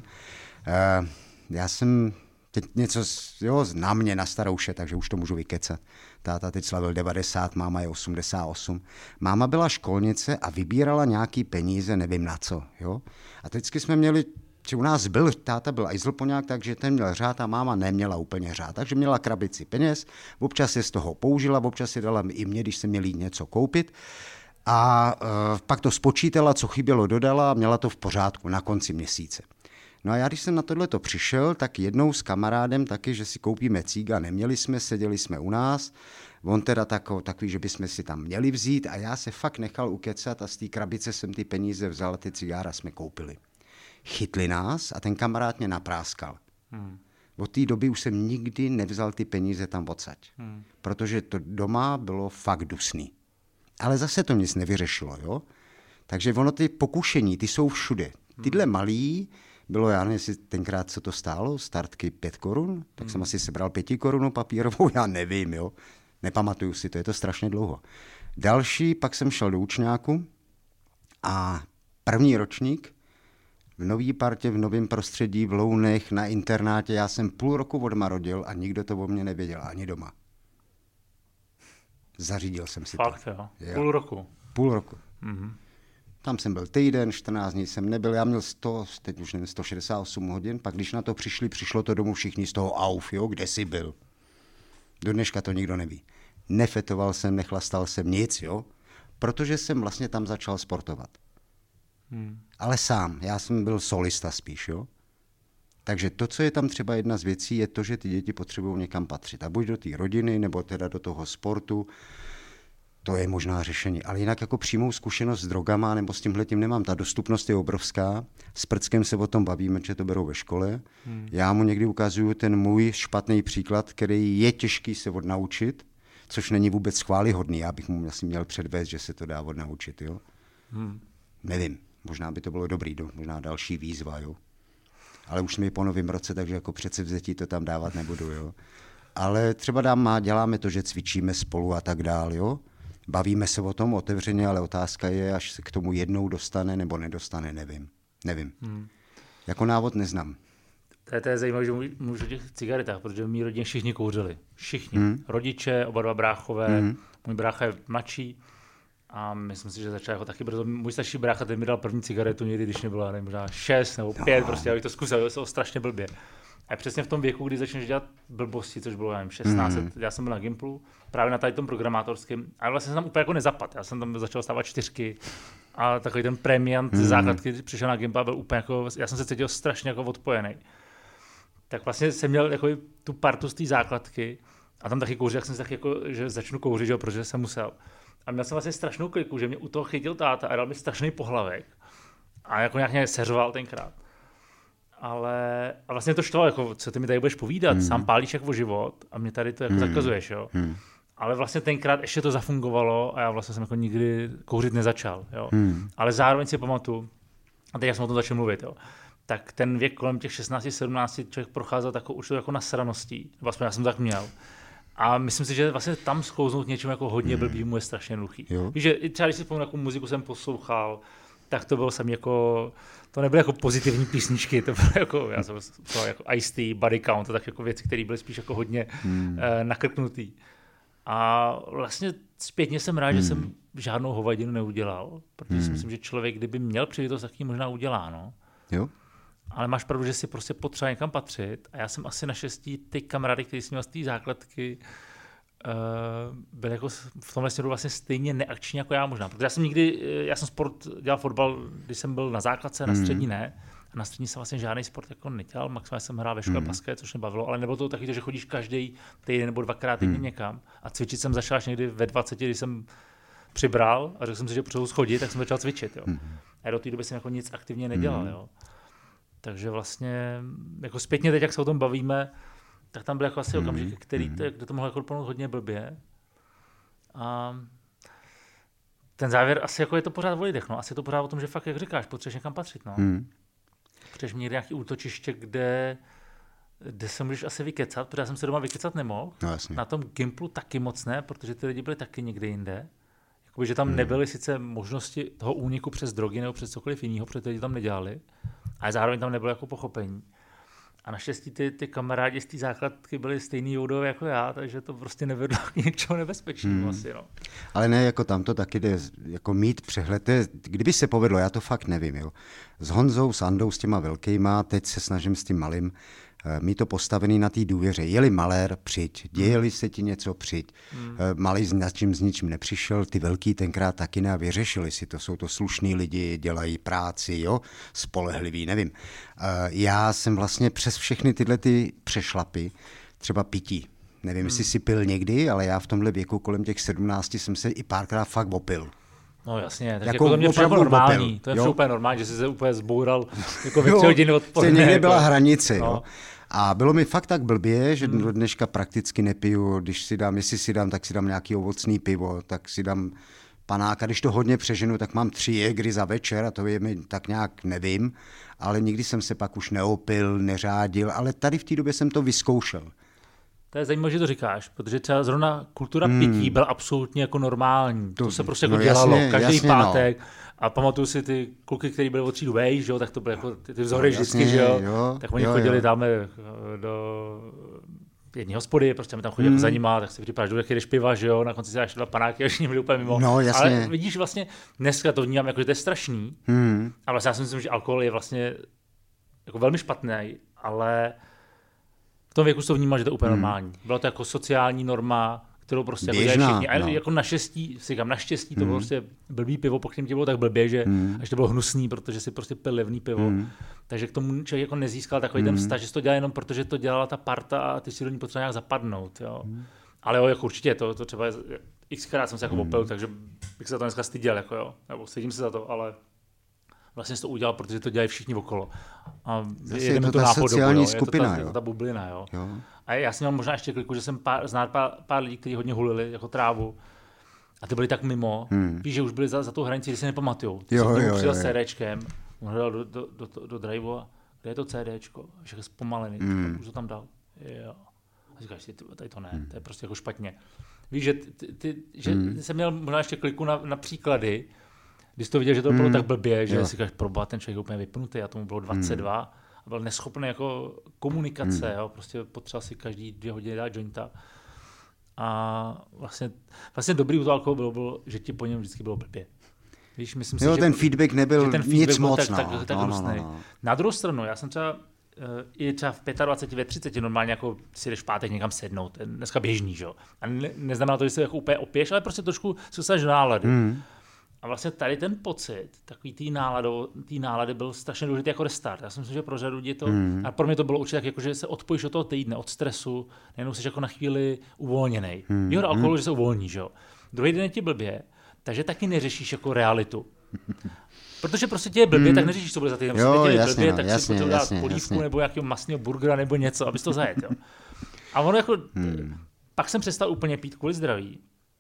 Uh, já jsem teď něco, jo, na mě, na starouše, takže už to můžu vykecat. Táta teď slavil devadesát, máma je osmdesát osm. Máma byla školnice a vybírala nějaký peníze, nevím na co, jo. A teďky jsme měli, či u nás byl, táta byl ajzlpoňák, takže ten měl řád a máma neměla úplně řád. Takže měla krabici peněz, občas je z toho použila, občas je dala i mě, když se měli něco koupit. A uh, pak to spočítala, co chybělo, dodala a měla to v pořádku na konci měsíce. No a já, když jsem na tohleto přišel, tak jednou s kamarádem taky, že si koupíme cíga, neměli jsme, seděli jsme u nás, on teda tako, takový, že bychom si tam měli vzít a já se fakt nechal ukecat a z té krabice jsem ty peníze vzal a ty cigára jsme koupili. Chytli nás a ten kamarád mě napráskal. Hmm. Od té doby už jsem nikdy nevzal ty peníze tam odsaď, hmm. protože to doma bylo fakt dusný. Ale zase to nic nevyřešilo, jo? Takže ono ty pokušení, ty jsou všude. Tyhle malý, bylo, já nevím, jestli tenkrát co to stálo, startky pět korun, tak hmm. jsem asi sebral pěti korunu papírovou, já nevím, jo. Nepamatuju si, to je to strašně dlouho. Další, pak jsem šel do učňáku a první ročník v nový partě, v novém prostředí, v Lounech, na internátě, já jsem půl roku odmarodil a nikdo to o mě nevěděl, ani doma. Zařídil jsem si Fakt, to. jo. jo. Půl roku. Půl roku. Mm-hmm. Tam jsem byl týden, čtrnáct dní jsem nebyl, já měl sto, teď už nevím, sto šedesát osm hodin, pak když na to přišli, přišlo to domů všichni z toho auf, jo, kde jsi byl. Do dneška to nikdo neví. Nefetoval jsem, nechlastal jsem nic, jo, protože jsem vlastně tam začal sportovat. Hmm. Ale sám, já jsem byl solista spíš, jo. Takže to, co je tam třeba jedna z věcí, je to, že ty děti potřebují někam patřit. A buď do té rodiny, nebo teda do toho sportu. to je možná řešení. Ale jinak jako přímou zkušenost s drogama nebo s tímhletím nemám. Ta dostupnost je obrovská. S Prckem se o tom bavíme, že to berou ve škole. Hmm. Já mu někdy ukazuju ten můj špatný příklad, který je těžký se odnaučit, což není vůbec chvályhodný. Já bych mu asi měl předvést, že se to dá odnaučit. Jo? Hmm. Nevím, možná by to bylo dobrý, možná další výzva. Jo? Ale už jsme po novém roce, takže jako předsevzetí to tam dávat nebudu. Jo? Ale třeba dám, děláme to, že cvičíme spolu a tak dál. Jo? Bavíme se o tom otevřeně, ale otázka je, až se k tomu jednou dostane nebo nedostane, nevím. Nevím. Hmm. Jako návod neznám. To je, to je zajímavé, že mluvíš o těch cigaretách, protože v mý rodině všichni kouřili. Všichni. Hmm. Rodiče, oba dva bráchové, hmm. můj brácha je mladší a myslím si, že začal jako taky brzo. Můj starší brácha ten mi dal první cigaretu někdy, když nebylo, nevím, možná šest nebo pět, no. Prostě, abych to zkusil, bylo to strašně blbě. A přesně v tom věku, kdy začneš dělat blbosti, což bylo, nevím, šestnáct, mm. já jsem byl na Gimplu, právě na tady tom programátorském, ale vlastně jsem tam úplně jako nezapad. Já jsem tam začal stávat čtyřky a takový ten premiant mm. ze základky přišel na Gimplu a byl úplně jako, já jsem se cítil strašně jako odpojený. Tak vlastně jsem měl jako tu partu z té základky a tam taky kouřil, jak jsem si taky jako, že začnu kouřit, že, protože jsem musel. A měl jsem vlastně strašnou kliku, že mě u toho chytil táta a dal mi strašný pohlavek a jako nějak mě seřoval tenkrát. Ale a vlastně to šlo, jako, co ty mi tady budeš povídat, hmm. sám pálíš jako o život a mě tady to jako hmm. zakazuješ, jo. Hmm. Ale vlastně tenkrát ještě to zafungovalo a já vlastně jsem jako nikdy kouřit nezačal, jo. Hmm. Ale zároveň si pamatuju, a teď já jsem o tom začal mluvit, jo, tak ten věk kolem těch šestnáct sedmnáct člověk procházel takovou už jako nasraností, vlastně já jsem tak měl. A myslím si, že vlastně tam sklouznout něčemu jako hodně blbýmu je strašně jednoduchý. Víš, že třeba když si vzpomínám, jakou muziku jsem poslouchal, tak to bylo jsem jako, to nebyly jako pozitivní písničky, to bylo jako, já jsem to jako Ice-T, Body Count, to tak jako věci, které byly spíš jako hodně hmm. eh, nakrknutý. A vlastně zpětně jsem rád, hmm. že jsem žádnou hovadinu neudělal, protože hmm. si myslím, že člověk, kdyby měl příležitost, tak ji možná udělá, no. Jo. Ale máš pravdu, že si prostě potřeba někam patřit a já jsem asi naštěstí ty kamarády, kteří jsem měl z té základky, Uh, byl jako v tomhle směru vlastně stejně neakční jako já možná, protože já jsem nikdy, já jsem sport dělal fotbal, když jsem byl na základce, na střední ne, a na střední jsem vlastně žádný sport jako nedělal, maximálně jsem hrál ve škole mm. basket, což mě bavilo, ale nebylo to taky to, že chodíš každý týden nebo dvakrát týdně mm. někam a cvičit jsem začal až někdy ve dvaceti, když jsem přibral a řekl jsem si, že potřebuji schodit, tak jsem začal cvičit, jo. Mm. A do té doby jsem jako nic aktivně nedělal, mm. jo. Takže vlastně jako zpětně teď, jak se o tom bavíme, tak tam byly jako asi mm, okamžiky, který mm. to, kde to mohlo jako dopadnout hodně blbě. A ten závěr asi jako je to pořád o lidech, no. Asi je to pořád o tom, že fakt, jak říkáš, potřebuješ někam patřit, no. Mm. Potřebuješ mít nějaký útočiště, kde, kde se můžeš asi vykecat, protože já jsem se doma vykecat nemohl. No, na tom Gimplu taky moc ne, protože ty lidi byli taky někde jinde. Jakoby, že tam mm. nebyly sice možnosti toho úniku přes drogy nebo přes cokoliv jiného, protože ty lidi tam nedělali, ale zároveň tam nebylo jako pochopení. A naštěstí ty, ty kamarádi z té základky byli stejný joudové jako já, takže to prostě nevedlo k něčemu nebezpečnému hmm. asi. No. Ale ne, jako tam to taky jde, jako mít přehled. Kdyby se povedlo, já to fakt nevím. Jo. S Honzou, s Andou, s těma velkýma, teď se snažím s tím malým, mít to postavený na té důvěře. Je-li malér, přijď. Děje-li se ti něco, přijď. Hmm. Malý s čím s ničím nepřišel, ty velký tenkrát taky ne a vyřešili si to. Jsou to slušní lidi, dělají práci, jo, spolehliví, nevím. Já jsem vlastně přes všechny tyhle ty přešlapy, třeba pití. Nevím, hmm. jestli si pil někdy, ale já v tomhle věku kolem těch sedmnácti jsem se i párkrát fakt opil. No jasně, tak jako, jako to mě přijde normální, opil, to je úplně normální, že jsi se úplně zboural jako ve tři hodiny odpoledne. Někde byla hranice, no. Jo. A bylo mi fakt tak blbě, že hmm. do dneška prakticky nepiju, když si dám, jestli si dám, tak si dám nějaký ovocný pivo, tak si dám panáka, když to hodně přeženu, tak mám tři jegry za večer a to je mi tak nějak nevím, ale nikdy jsem se pak už neopil, neřádil, ale tady v té době jsem to vyzkoušel. To je zajímavé, že to říkáš, protože třeba zrovna kultura hmm. pití byla absolutně jako normální. To, to se prostě jako no dělalo jasně, každý jasně, pátek. No. A pamatuju si ty kluky, kteří byli od třídu vejš, tak to byly jako ty, ty vzory no, vždycky, že jo? jo. Tak oni jo, chodili jo. tam do jedné hospody, prostě mi tam chodili hmm. za nima, tak si připadáš, že jdeš piva, že jo? Na konci si dáš dva panáky a všichni byli úplně mimo. No, jasně. Ale vidíš vlastně, dneska to vnímám jako, že to je strašný. Hmm. A vlastně já si myslím, že alkohol je vlastně jako velmi špatný, ale v tom věku se to vnímal, že to je úplně hmm. normální. Bylo to jako sociální norma, kterou prostě jako dělají všichni. A no. jako naštěstí, si říkám, naštěstí to hmm. bylo prostě blbý pivo, po kterém tě bylo tak blbě, že hmm. až to bylo hnusný, protože si prostě pil levný pivo. Hmm. Takže k tomu člověk jako nezískal takový hmm. ten vztah, že to dělal jenom protože to dělala ta parta a ty si do ní potřeba nějak zapadnout. Jo. Hmm. Ale jo, jako určitě, to, to třeba xkrát jsem se jako opil, takže bych se za to dneska styděl, jako jo, nebo stydím se za to, ale vlastně jsem to udělal, protože to dělají všichni okolo. A je to, to ta sociální jo. skupina, je to ta, jo. Je to ta bublina, jo. jo. A já jsem měl možná ještě kliku, že jsem pár, znát pár, pár lidí, kteří hodně hulili jako trávu. A ty byli tak mimo, hmm. víš, že už byli za, za tou hranicí, že si nepamatujou. Ty jo, jsem jo, přijel jo, s CDčkem, on hledal do, do, do, do, do driveu a kde je to CDčko? Všechno zpomalený, hmm. už to tam dal. Jo. A říkáš si, tady to ne, hmm. to je prostě jako špatně. Víš, že, ty, ty, že hmm. jsem měl možná ještě kliku na, na příklady, když jsi to viděl, že to bylo hmm. tak blbě, že jo. si říkáš, proba, ten člověk je úplně vypnutý, a tomu bylo dvacet dva hmm. a byl neschopný jako komunikace, hmm. jo, prostě potřeboval si každý dvě hodiny dát jointa. A vlastně, vlastně dobrý u toho alkoholu bylo, bylo, že ti po něm vždycky bylo blbě. Víš, myslím si, jo, že, ten feedback nebyl ten nic feedback moc, tak, no. tak, tak no, hrustnej. no, no. Na druhou stranu, já jsem třeba uh, i třeba v dvacet pět, ve třiceti normálně jako si jdeš v pátek někam sednout, dneska běžný, že jo. A ne, neznamená to, že se jako úplně opiješ, ale prostě trošku se dostaneš do nálady. Mm. A vlastně tady ten pocit, takový tý nálady, tý nálady byl strašně důležitý jako restart. Já si myslím, že pro řadu lidí to, mm. a pro mě to bylo určitě tak, jako, že se odpojíš od toho týdne, od stresu, nejenom jsi jako na chvíli uvolněnej. Mm. Výhoda alkoholu, mm. že se uvolníš, že jo. Druhý den je ti blbě, takže taky neřešíš jako realitu. Protože prostě tě je blbě, mm. tak neřešíš, co bude za týden. Jo, je jasně, blbě, no, tak jasně, si potřebuji dát jasně, polívku jasně. nebo nějakého masného burgera nebo něco, abys to zajet. Jo. A ono jako, mm. pak jsem přestal úplně pít kvůli zdraví.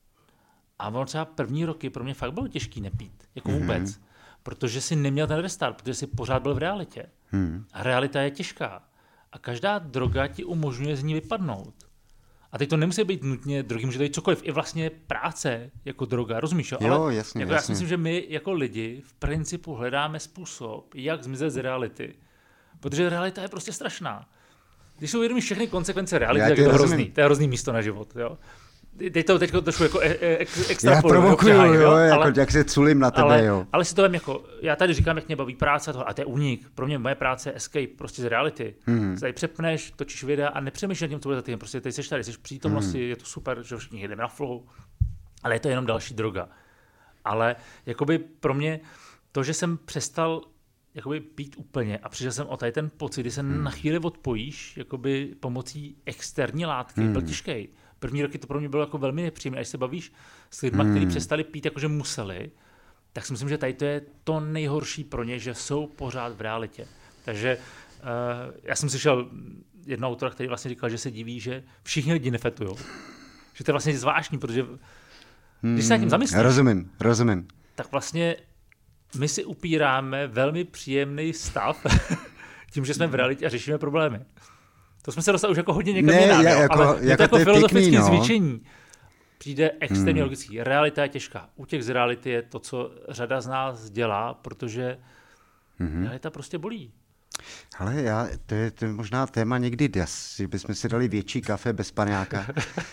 A ono třeba první roky pro mě fakt bylo těžký nepít, jako vůbec. Mm-hmm. Protože jsi neměl ten restart, protože jsi pořád byl v realitě. Mm. A realita je těžká. A každá droga ti umožňuje z ní vypadnout. A teď to nemusí být nutně drogy, může to být cokoliv. I vlastně práce jako droga, rozumíš? Jo, jo ale jasně, jako jasně. Já si myslím, že my jako lidi v principu hledáme způsob, jak zmizet z reality. Protože realita je prostě strašná. Když si uvědomíš všechny konsekvence reality, tak je to hrozný. To je hrozný místo na život. Jo? Teď to teď trošku jako ex, extrapoluji. Já provokuju, jo, jo, jako ale, jak se culím na tebe, ale, jo. Ale si to vem jako, já tady říkám, jak mě baví práce a to, a to je únik. Pro mě moje práce je escape, prostě z reality. Hmm. Tady přepneš, točíš videa a nepřemýšlíš nad tím, co bude za týden. Prostě teď jsi tady, jsi v přítomnosti, hmm. je to super, že všichni jedeme na flow, ale je to jenom další droga. Ale jakoby pro mě to, že jsem přestal jakoby pít úplně a přišel jsem o tady ten pocit, kdy se hmm. na chvíli odpojíš jakoby pomocí externí látky, hmm. byl těžkej. První roky to pro mě bylo jako velmi nepříjemné, až se bavíš s lidmi, hmm. kteří přestali pít, jakože museli, tak si myslím, že tady to je to nejhorší pro ně, že jsou pořád v realitě. Takže uh, já jsem slyšel jednoho autora, který vlastně říkal, že se diví, že všichni lidi nefetujou. Že to je vlastně zvláštní, protože hmm. když se nad tím zamyslíš, rozumím, rozumím. tak vlastně my si upíráme velmi příjemný stav tím, že jsme v realitě a řešíme problémy. To jsme se dostali už jako hodně někam jinam, jako, ale jako, jako, jako filozofické no. zvětšení přijde extrémně hmm. logický. Realita je těžká. Útěk z reality je to, co řada z nás dělá, protože hmm. realita prostě bolí. Ale já, to, je, to je možná téma někdy, že bychom si dali větší kafe bez paňáka.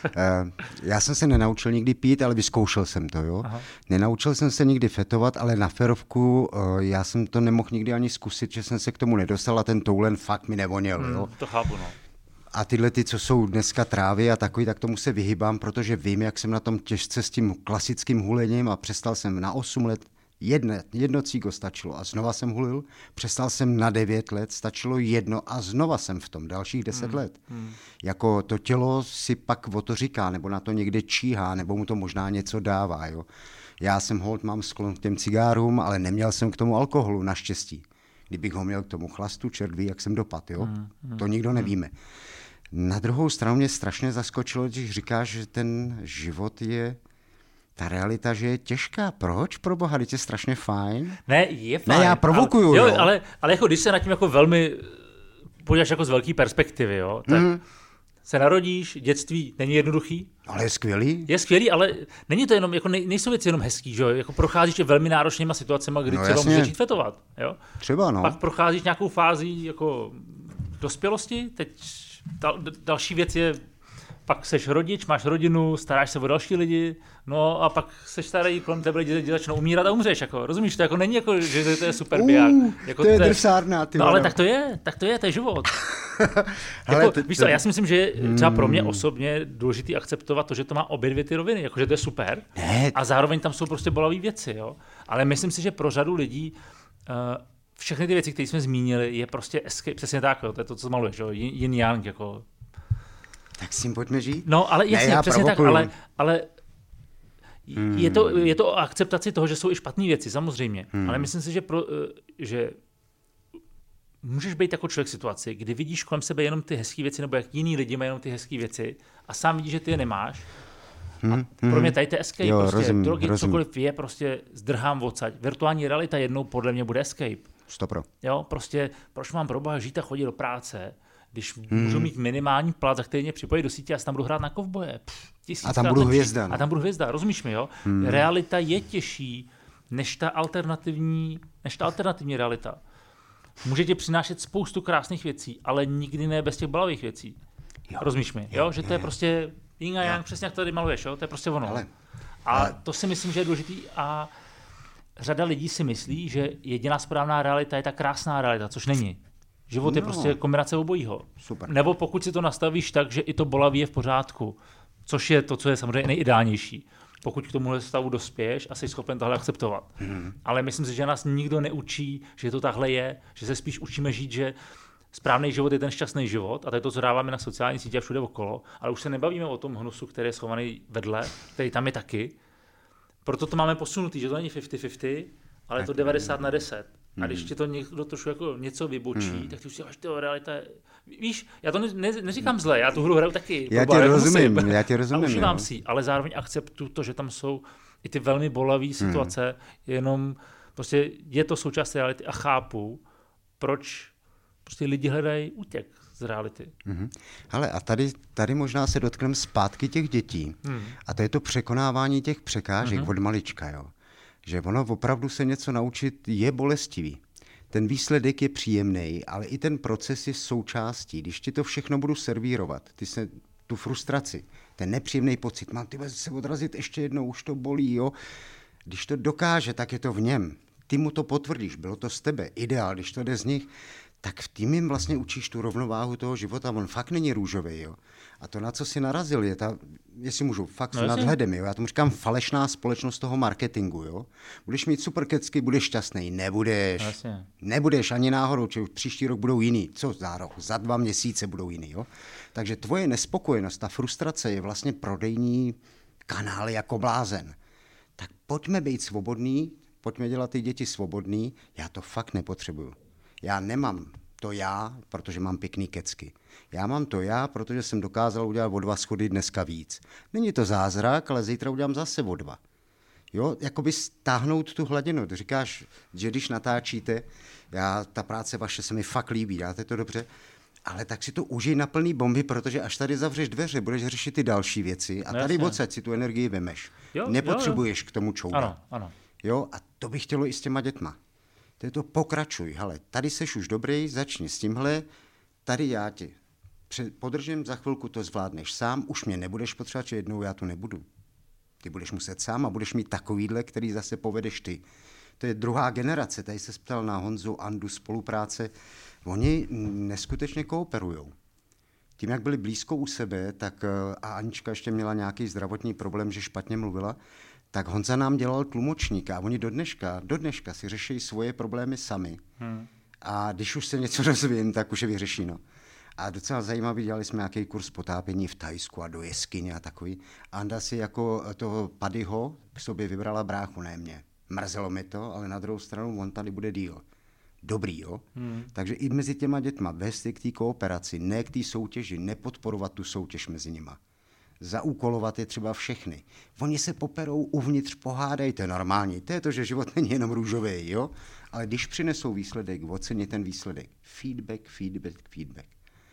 Já jsem se nenaučil nikdy pít, ale vyzkoušel jsem to. Jo? Nenaučil jsem se nikdy fetovat, ale na ferovku já jsem to nemohl nikdy ani zkusit, že jsem se k tomu nedostal a ten toulen fakt mi nevoněl. Hmm, jo? To chápu, no. A tyhle ty, co jsou dneska trávy a takový, tak tomu se vyhýbám, protože vím, jak jsem na tom těžce s tím klasickým hulením a přestal jsem na osm let. Jedno, jedno cígo stačilo a znova jsem hulil, přestal jsem na devět let, stačilo jedno a znova jsem v tom dalších deset hmm. let. Hmm. Jako to tělo si pak o to říká, nebo na to někde číhá, nebo mu to možná něco dává. Jo. Já jsem holt, mám sklon k těm cigárům, ale neměl jsem k tomu alkoholu, naštěstí. Kdybych ho měl k tomu chlastu, čert ví, jak jsem dopad. Jo. Hmm. Hmm. To nikdo nevíme. Na druhou stranu mě strašně zaskočilo, když říkáš, že ten život je... Ta realita, že je těžká. Proč? Pro boha, je strašně fajn. Ne, je fajn. Ne, já provokuju, ale, jo. jo. Ale, ale jako když se na tím jako velmi podíváš jako z velké perspektivy, jo, tak mm. se narodíš, dětství není jednoduchý. Ale je skvělý. Je skvělý, ale není to jenom, jako nej, nejsou věci jenom hezký, že jo, jako procházíš velmi náročnýma situacemi, kdy no, třeba můžeš začít fetovat, jo. Třeba, no. Pak procházíš nějakou fází jako dospělosti, teď dal, další věc je, pak seš rodič, máš rodinu, staráš se o další lidi, no a pak seš starý, kolem tebe lidi začnou umírat a umřeš, jako, rozumíš, to jako není jako, že to je super biják. Uh, jako to je drsárna, ty no ale tak to je, tak to je, to je život. Hele, jako, t- víš co, já si myslím, že je třeba pro mě osobně důležitý akceptovat to, že to má obě dvě ty roviny, jakože to je super ne. A zároveň tam jsou prostě bolavé věci, jo. Ale myslím si, že pro řadu lidí uh, všechny ty věci, které jsme zmínili, je prostě escape, přesně tak, jo, to je to, co maluješ, jo, yin yang, jako. Tak s tím pojďme žít. No, ale jasně, ne, přesně tak, ale, ale Hmm. Je, to, je to o akceptaci toho, že jsou i špatné věci, samozřejmě. Hmm. Ale myslím si, že, pro, že můžeš být jako člověk v situaci, kdy vidíš kolem sebe jenom ty hezké věci, nebo jak jiný lidi mají jenom ty hezké věci a sám vidíš, že ty je nemáš. Hmm. A pro mě tady to escape, jo, prostě rozumím, drogy, rozumím. Cokoliv je, prostě zdrhám odsaď. Virtuální realita jednou podle mě bude escape. Stopro. Jo, prostě proč mám proboha žít a chodit do práce, když hmm. můžu mít minimální plat, za který mě připojí do sítě a tam budu hrát na kovboje. Pff, a tam budu hvězda. No. A tam budu hvězda, rozumíš mi, jo? Hmm. Realita je těžší než ta alternativní, než ta alternativní realita. Může ti přinášet spoustu krásných věcí, ale nikdy ne bez těch balových věcí. Jo. Rozumíš mi, jo? jo? Že to jo, je jo. prostě yin a yang, přesně jak tady maluješ, jo? To je prostě ono. Ale, a ale... to si myslím, že je důležitý a řada lidí si myslí, že jediná správná realita je ta krásná realita, což není. Život no. je prostě kombinace obojího. Super. Nebo pokud si to nastavíš tak, že i to bolavý je v pořádku, což je to, co je samozřejmě nejideálnější. Pokud k tomuhle stavu dospěješ a jsi schopen tohle akceptovat. Hmm. Ale myslím si, že nás nikdo neučí, že to takhle je, že se spíš učíme žít, že správný život je ten šťastný život a to je to, co dáváme na sociální sítě a všude okolo, ale už se nebavíme o tom hnusu, který je schovaný vedle, který tam je taky. Proto to máme posunutý, že to není padesát padesát, ale je to devadesát na deset. A když ti to někdo trošku jako něco vybočí, hmm. tak ty už si máš, to realita je... Víš, já to ne, ne, neříkám zle, já tu hru hraju taky. Já ti rozumím, musím, já ti rozumím. A užívám si, ale zároveň akceptuju to, že tam jsou i ty velmi bolavé situace, hmm. jenom prostě je to součást reality a chápu, proč prostě lidi hledají útěk z reality. Hmm. Hele, a tady, tady možná se dotkneme zpátky těch dětí. Hmm. A to je to překonávání těch překážek hmm. od malička, jo. Že ono opravdu se něco naučit je bolestivý. Ten výsledek je příjemný, ale i ten proces je součástí. Když ti to všechno budu servírovat, ty se, tu frustraci, ten nepříjemný pocit, mám ty se odrazit ještě jednou, už to bolí, jo. Když to dokáže, tak je to v něm. Ty mu to potvrdíš, bylo to z tebe, ideál, když to jde z nich, tak v tím jim vlastně učíš tu rovnováhu toho života, on fakt není růžový, jo. A to, na co si narazil, je ta, jestli můžu, fakt no, s nadhledem, jo. Já tomu říkám falešná společnost toho marketingu, jo. Budeš mít super kecky, budeš šťastný, nebudeš. Jasně. Nebudeš ani náhodou, či příští rok budou jiný. Co za rok? Za dva měsíce budou jiný, jo. Takže tvoje nespokojenost, ta frustrace je vlastně prodejní kanály jako blázen. Tak pojďme být svobodný, pojďme dělat ty děti svobodný, já to fakt nepotřebuju. Já nemám to já, protože mám pěkný kecky. Já mám to já, protože jsem dokázal udělat o dva schody dneska víc. Není to zázrak, ale zítra udělám zase o dva. Jo, jakoby stáhnout tu hladinu. Ty říkáš, že když natáčíte, já, ta práce vaše se mi fakt líbí, dáte to dobře, ale tak si to užij na plný bomby, protože až tady zavřeš dveře, budeš řešit ty další věci a tady odsaď si tu energii vemeš. Jo, nepotřebuješ jo, jo. k tomu čoubat. Ano, ano. Jo, a to bych chtělo i s těma dětma. To je to pokračuj, hele, tady seš už dobrý, začni s tímhle, tady já tě podržím, za chvilku to zvládneš sám, už mě nebudeš potřebovat, že jednou já tu nebudu. Ty budeš muset sám a budeš mít takovýhle, který zase povedeš ty. To je druhá generace, tady se ptal na Honzu, Andu, spolupráce. Oni neskutečně kooperujou. Tím, jak byli blízko u sebe, tak a Anička ještě měla nějaký zdravotní problém, že špatně mluvila, tak Honza nám dělal tlumočníka a oni do dneška, do dneška si řeší svoje problémy sami. Hmm. A když už se něco rozvím, tak už je vyřeší. No. A docela zajímavý, dělali jsme nějaký kurz potápění v Thajsku a do jeskyně a takový. Anda si jako toho Paddyho k sobě vybrala bráchu, ne mě. Mrzelo mi to, ale na druhou stranu on tady bude díl. Dobrý, jo? Hmm. Takže i mezi těma dětma vést k té kooperaci, ne k té soutěži, nepodporovat tu soutěž mezi nima. Zaúkolovat je třeba všechny. Oni se poperou uvnitř, pohádají, to je normální. To je to, že život není jenom růžový, jo? Ale když přinesou výsledek, ocení ten výsledek. Feedback, feedback, feedback.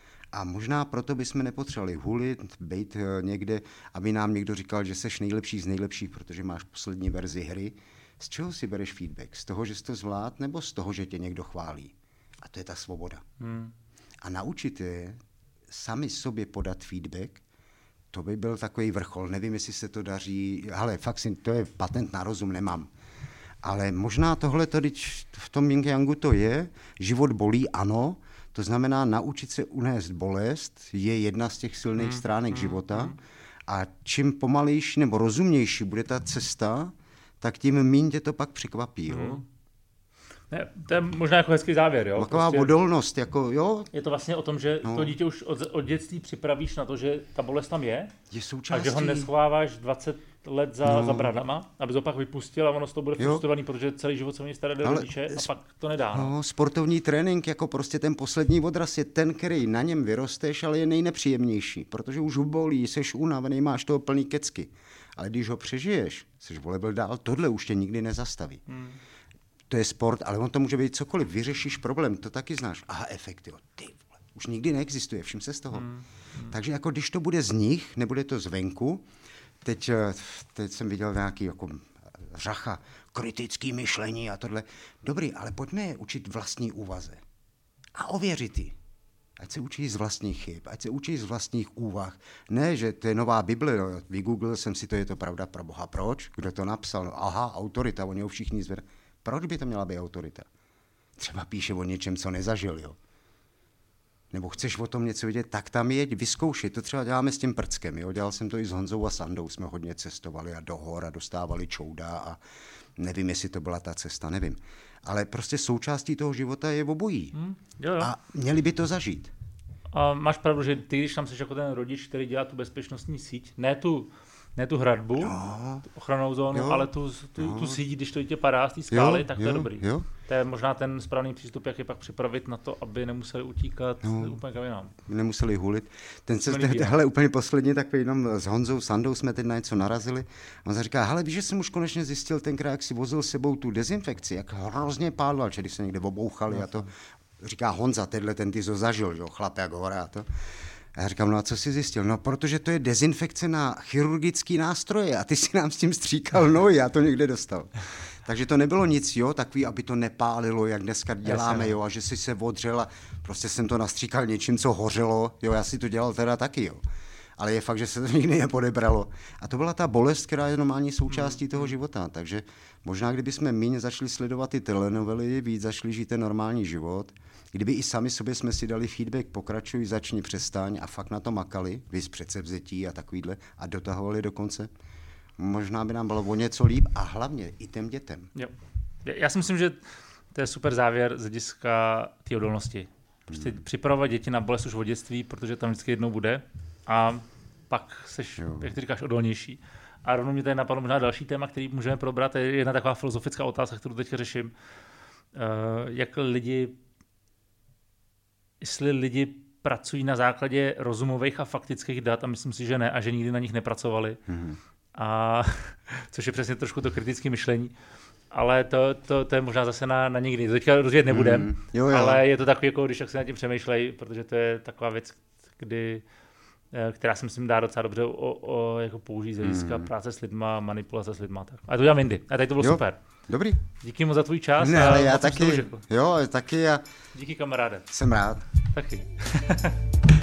A možná proto bychom nepotřebovali hulit, být někde, aby nám někdo říkal, že seš nejlepší z nejlepších, protože máš poslední verzi hry. Z čeho si bereš feedback? Z toho, že jsi to zvlád, nebo z toho, že tě někdo chválí? A to je ta svoboda. Hmm. A naučit je sami sobě podat feedback, to by byl takový vrchol. Nevím, jestli se to daří. Hele, fakt si, to je patent na rozum, nemám. Ale možná tohle tady v tom yin yangu to je. Život bolí, ano. To znamená, naučit se unést bolest je jedna z těch silných hmm. stránek hmm. života. Hmm. A čím pomalejší nebo rozumnější bude ta cesta, tak tím míň tě to pak překvapí. Jo? Hmm. Ne, to je možná jako hezký závěr. Jo? Taková prostě odolnost. Jako, jo? Je to vlastně o tom, že no. to dítě už od, od dětství připravíš na to, že ta bolest tam je, je součástí. A že ho neschováváš dvacet let za, no. za bradama, aby to pak vypustil a ono z toho bude frustrovaný, protože celý život se o něj starali rodiče a pak to nedá. No. No, sportovní trénink, jako prostě ten poslední odraz je ten, který na něm vyrosteš, ale je nejnepříjemnější, protože už bolí, seš unavený, máš toho plný kecky. Ale když ho přežiješ, seš volejbal dál, tohle už tě nikdy nezastaví. Hmm. To je sport, ale on to může být cokoliv, vyřešíš problém, to taky znáš. Aha, efekt, jo, ty vole, už nikdy neexistuje, všim se z toho. Hmm. Hmm. Takže jako když to bude z nich, nebude to zvenku, teď, teď jsem viděl nějaký jako řacha, kritický myšlení a tohle. Dobrý, ale pojďme je učit vlastní úvaze. A ověřit ji. Ať se učí z vlastních chyb, ať se učí z vlastních úvah. Ne, že to je nová Bible, no, vygooglil jsem si to, je to pravda pro Boha. Proč? Kdo to napsal? No, aha, autorita, oni ho všichni zvedají. Proč by to měla být autorita? Třeba píše o něčem, co nezažil, jo. Nebo chceš o tom něco vidět, tak tam jeď, vyzkoušej. To třeba děláme s tím prckem, jo. Dělal jsem to i s Honzou a Sandou, jsme hodně cestovali a do hor a dostávali čouda a nevím, jestli to byla ta cesta, nevím. Ale prostě součástí toho života je obojí. Hmm, jo, jo. A měli by to zažít. A máš pravdu, že ty, když tam jsi jako ten rodič, který dělá tu bezpečnostní síť, ne tu, ne tu hradbu, no. tu ochrannou zónu, jo. ale tu, tu, no. tu síť, když to dítě padá z té skály, jo, tak to jo, je dobrý. Jo. To je možná ten správný přístup, jak je pak připravit na to, aby nemuseli utíkat no. úplně kam jinam. Nemuseli hulit. Ten se hele, úplně poslední, tak jenom s Honzou, Sandou jsme teď na něco narazili. On se říká, hele, víš, že jsem už konečně zjistil tenkrát, jak si vozil sebou tu dezinfekci, jak hrozně pádla, že když se někde obouchali no. a to. Říká Honza, tenhle ten ty to zažil, že? Chlap jak hore a to. A já říkám, no a co jsi zjistil? No, protože to je dezinfekce na chirurgický nástroje a ty si nám s tím stříkal nohy, já to někde dostal. Takže to nebylo nic, jo, takový, aby to nepálilo, jak dneska děláme, jo, a že si se odřel a prostě jsem to nastříkal něčím, co hořelo, jo, já si to dělal teda taky, jo. Ale je fakt, že se to nikdy nepodebralo. A to byla ta bolest, která je normální součástí toho života. Takže možná, kdybychom méně začali sledovat ty telenovely, víc začali žít ten normální život, kdyby i sami sobě jsme si dali feedback, pokračuj, začni, přestaň a fakt na to makali, vys předsevzetí a takovýhle a dotahovali do konce, možná by nám bylo o něco líp a hlavně i těm dětem. Jo. Já si myslím, že to je super závěr z hlediska té odolnosti. Prostě hmm. připravovat děti na bolest už od dětství, protože tam vždycky jednou bude a pak seš, jo. jak ty říkáš, odolnější. A rovnou mě tady napadlo možná další téma, který můžeme probrat, je jedna taková filozofická otázka, kterou teď řeším. Uh, jak lidi, jestli lidi pracují na základě rozumových a faktických dat, a myslím si, že ne, a že nikdy na nich nepracovali. Mm-hmm. A, což je přesně trošku to kritické myšlení. Ale to, to, to je možná zase na, na nikdy. To teďka rozvědět nebudem, mm, jo, jo. ale je to takový, jako když tak se nad tím přemýšlej, protože to je taková věc, kdy, která si myslím dá docela dobře o, o, jako použít z hlediska mm. práce s lidma, manipulace s lidma. Tak. A to dělám jindy. A tady to bylo jo. super. Dobrý. Díky moc za tvůj čas. Ne, ale já taky. Jo, taky. A díky kamaráde. Jsem rád. Taky.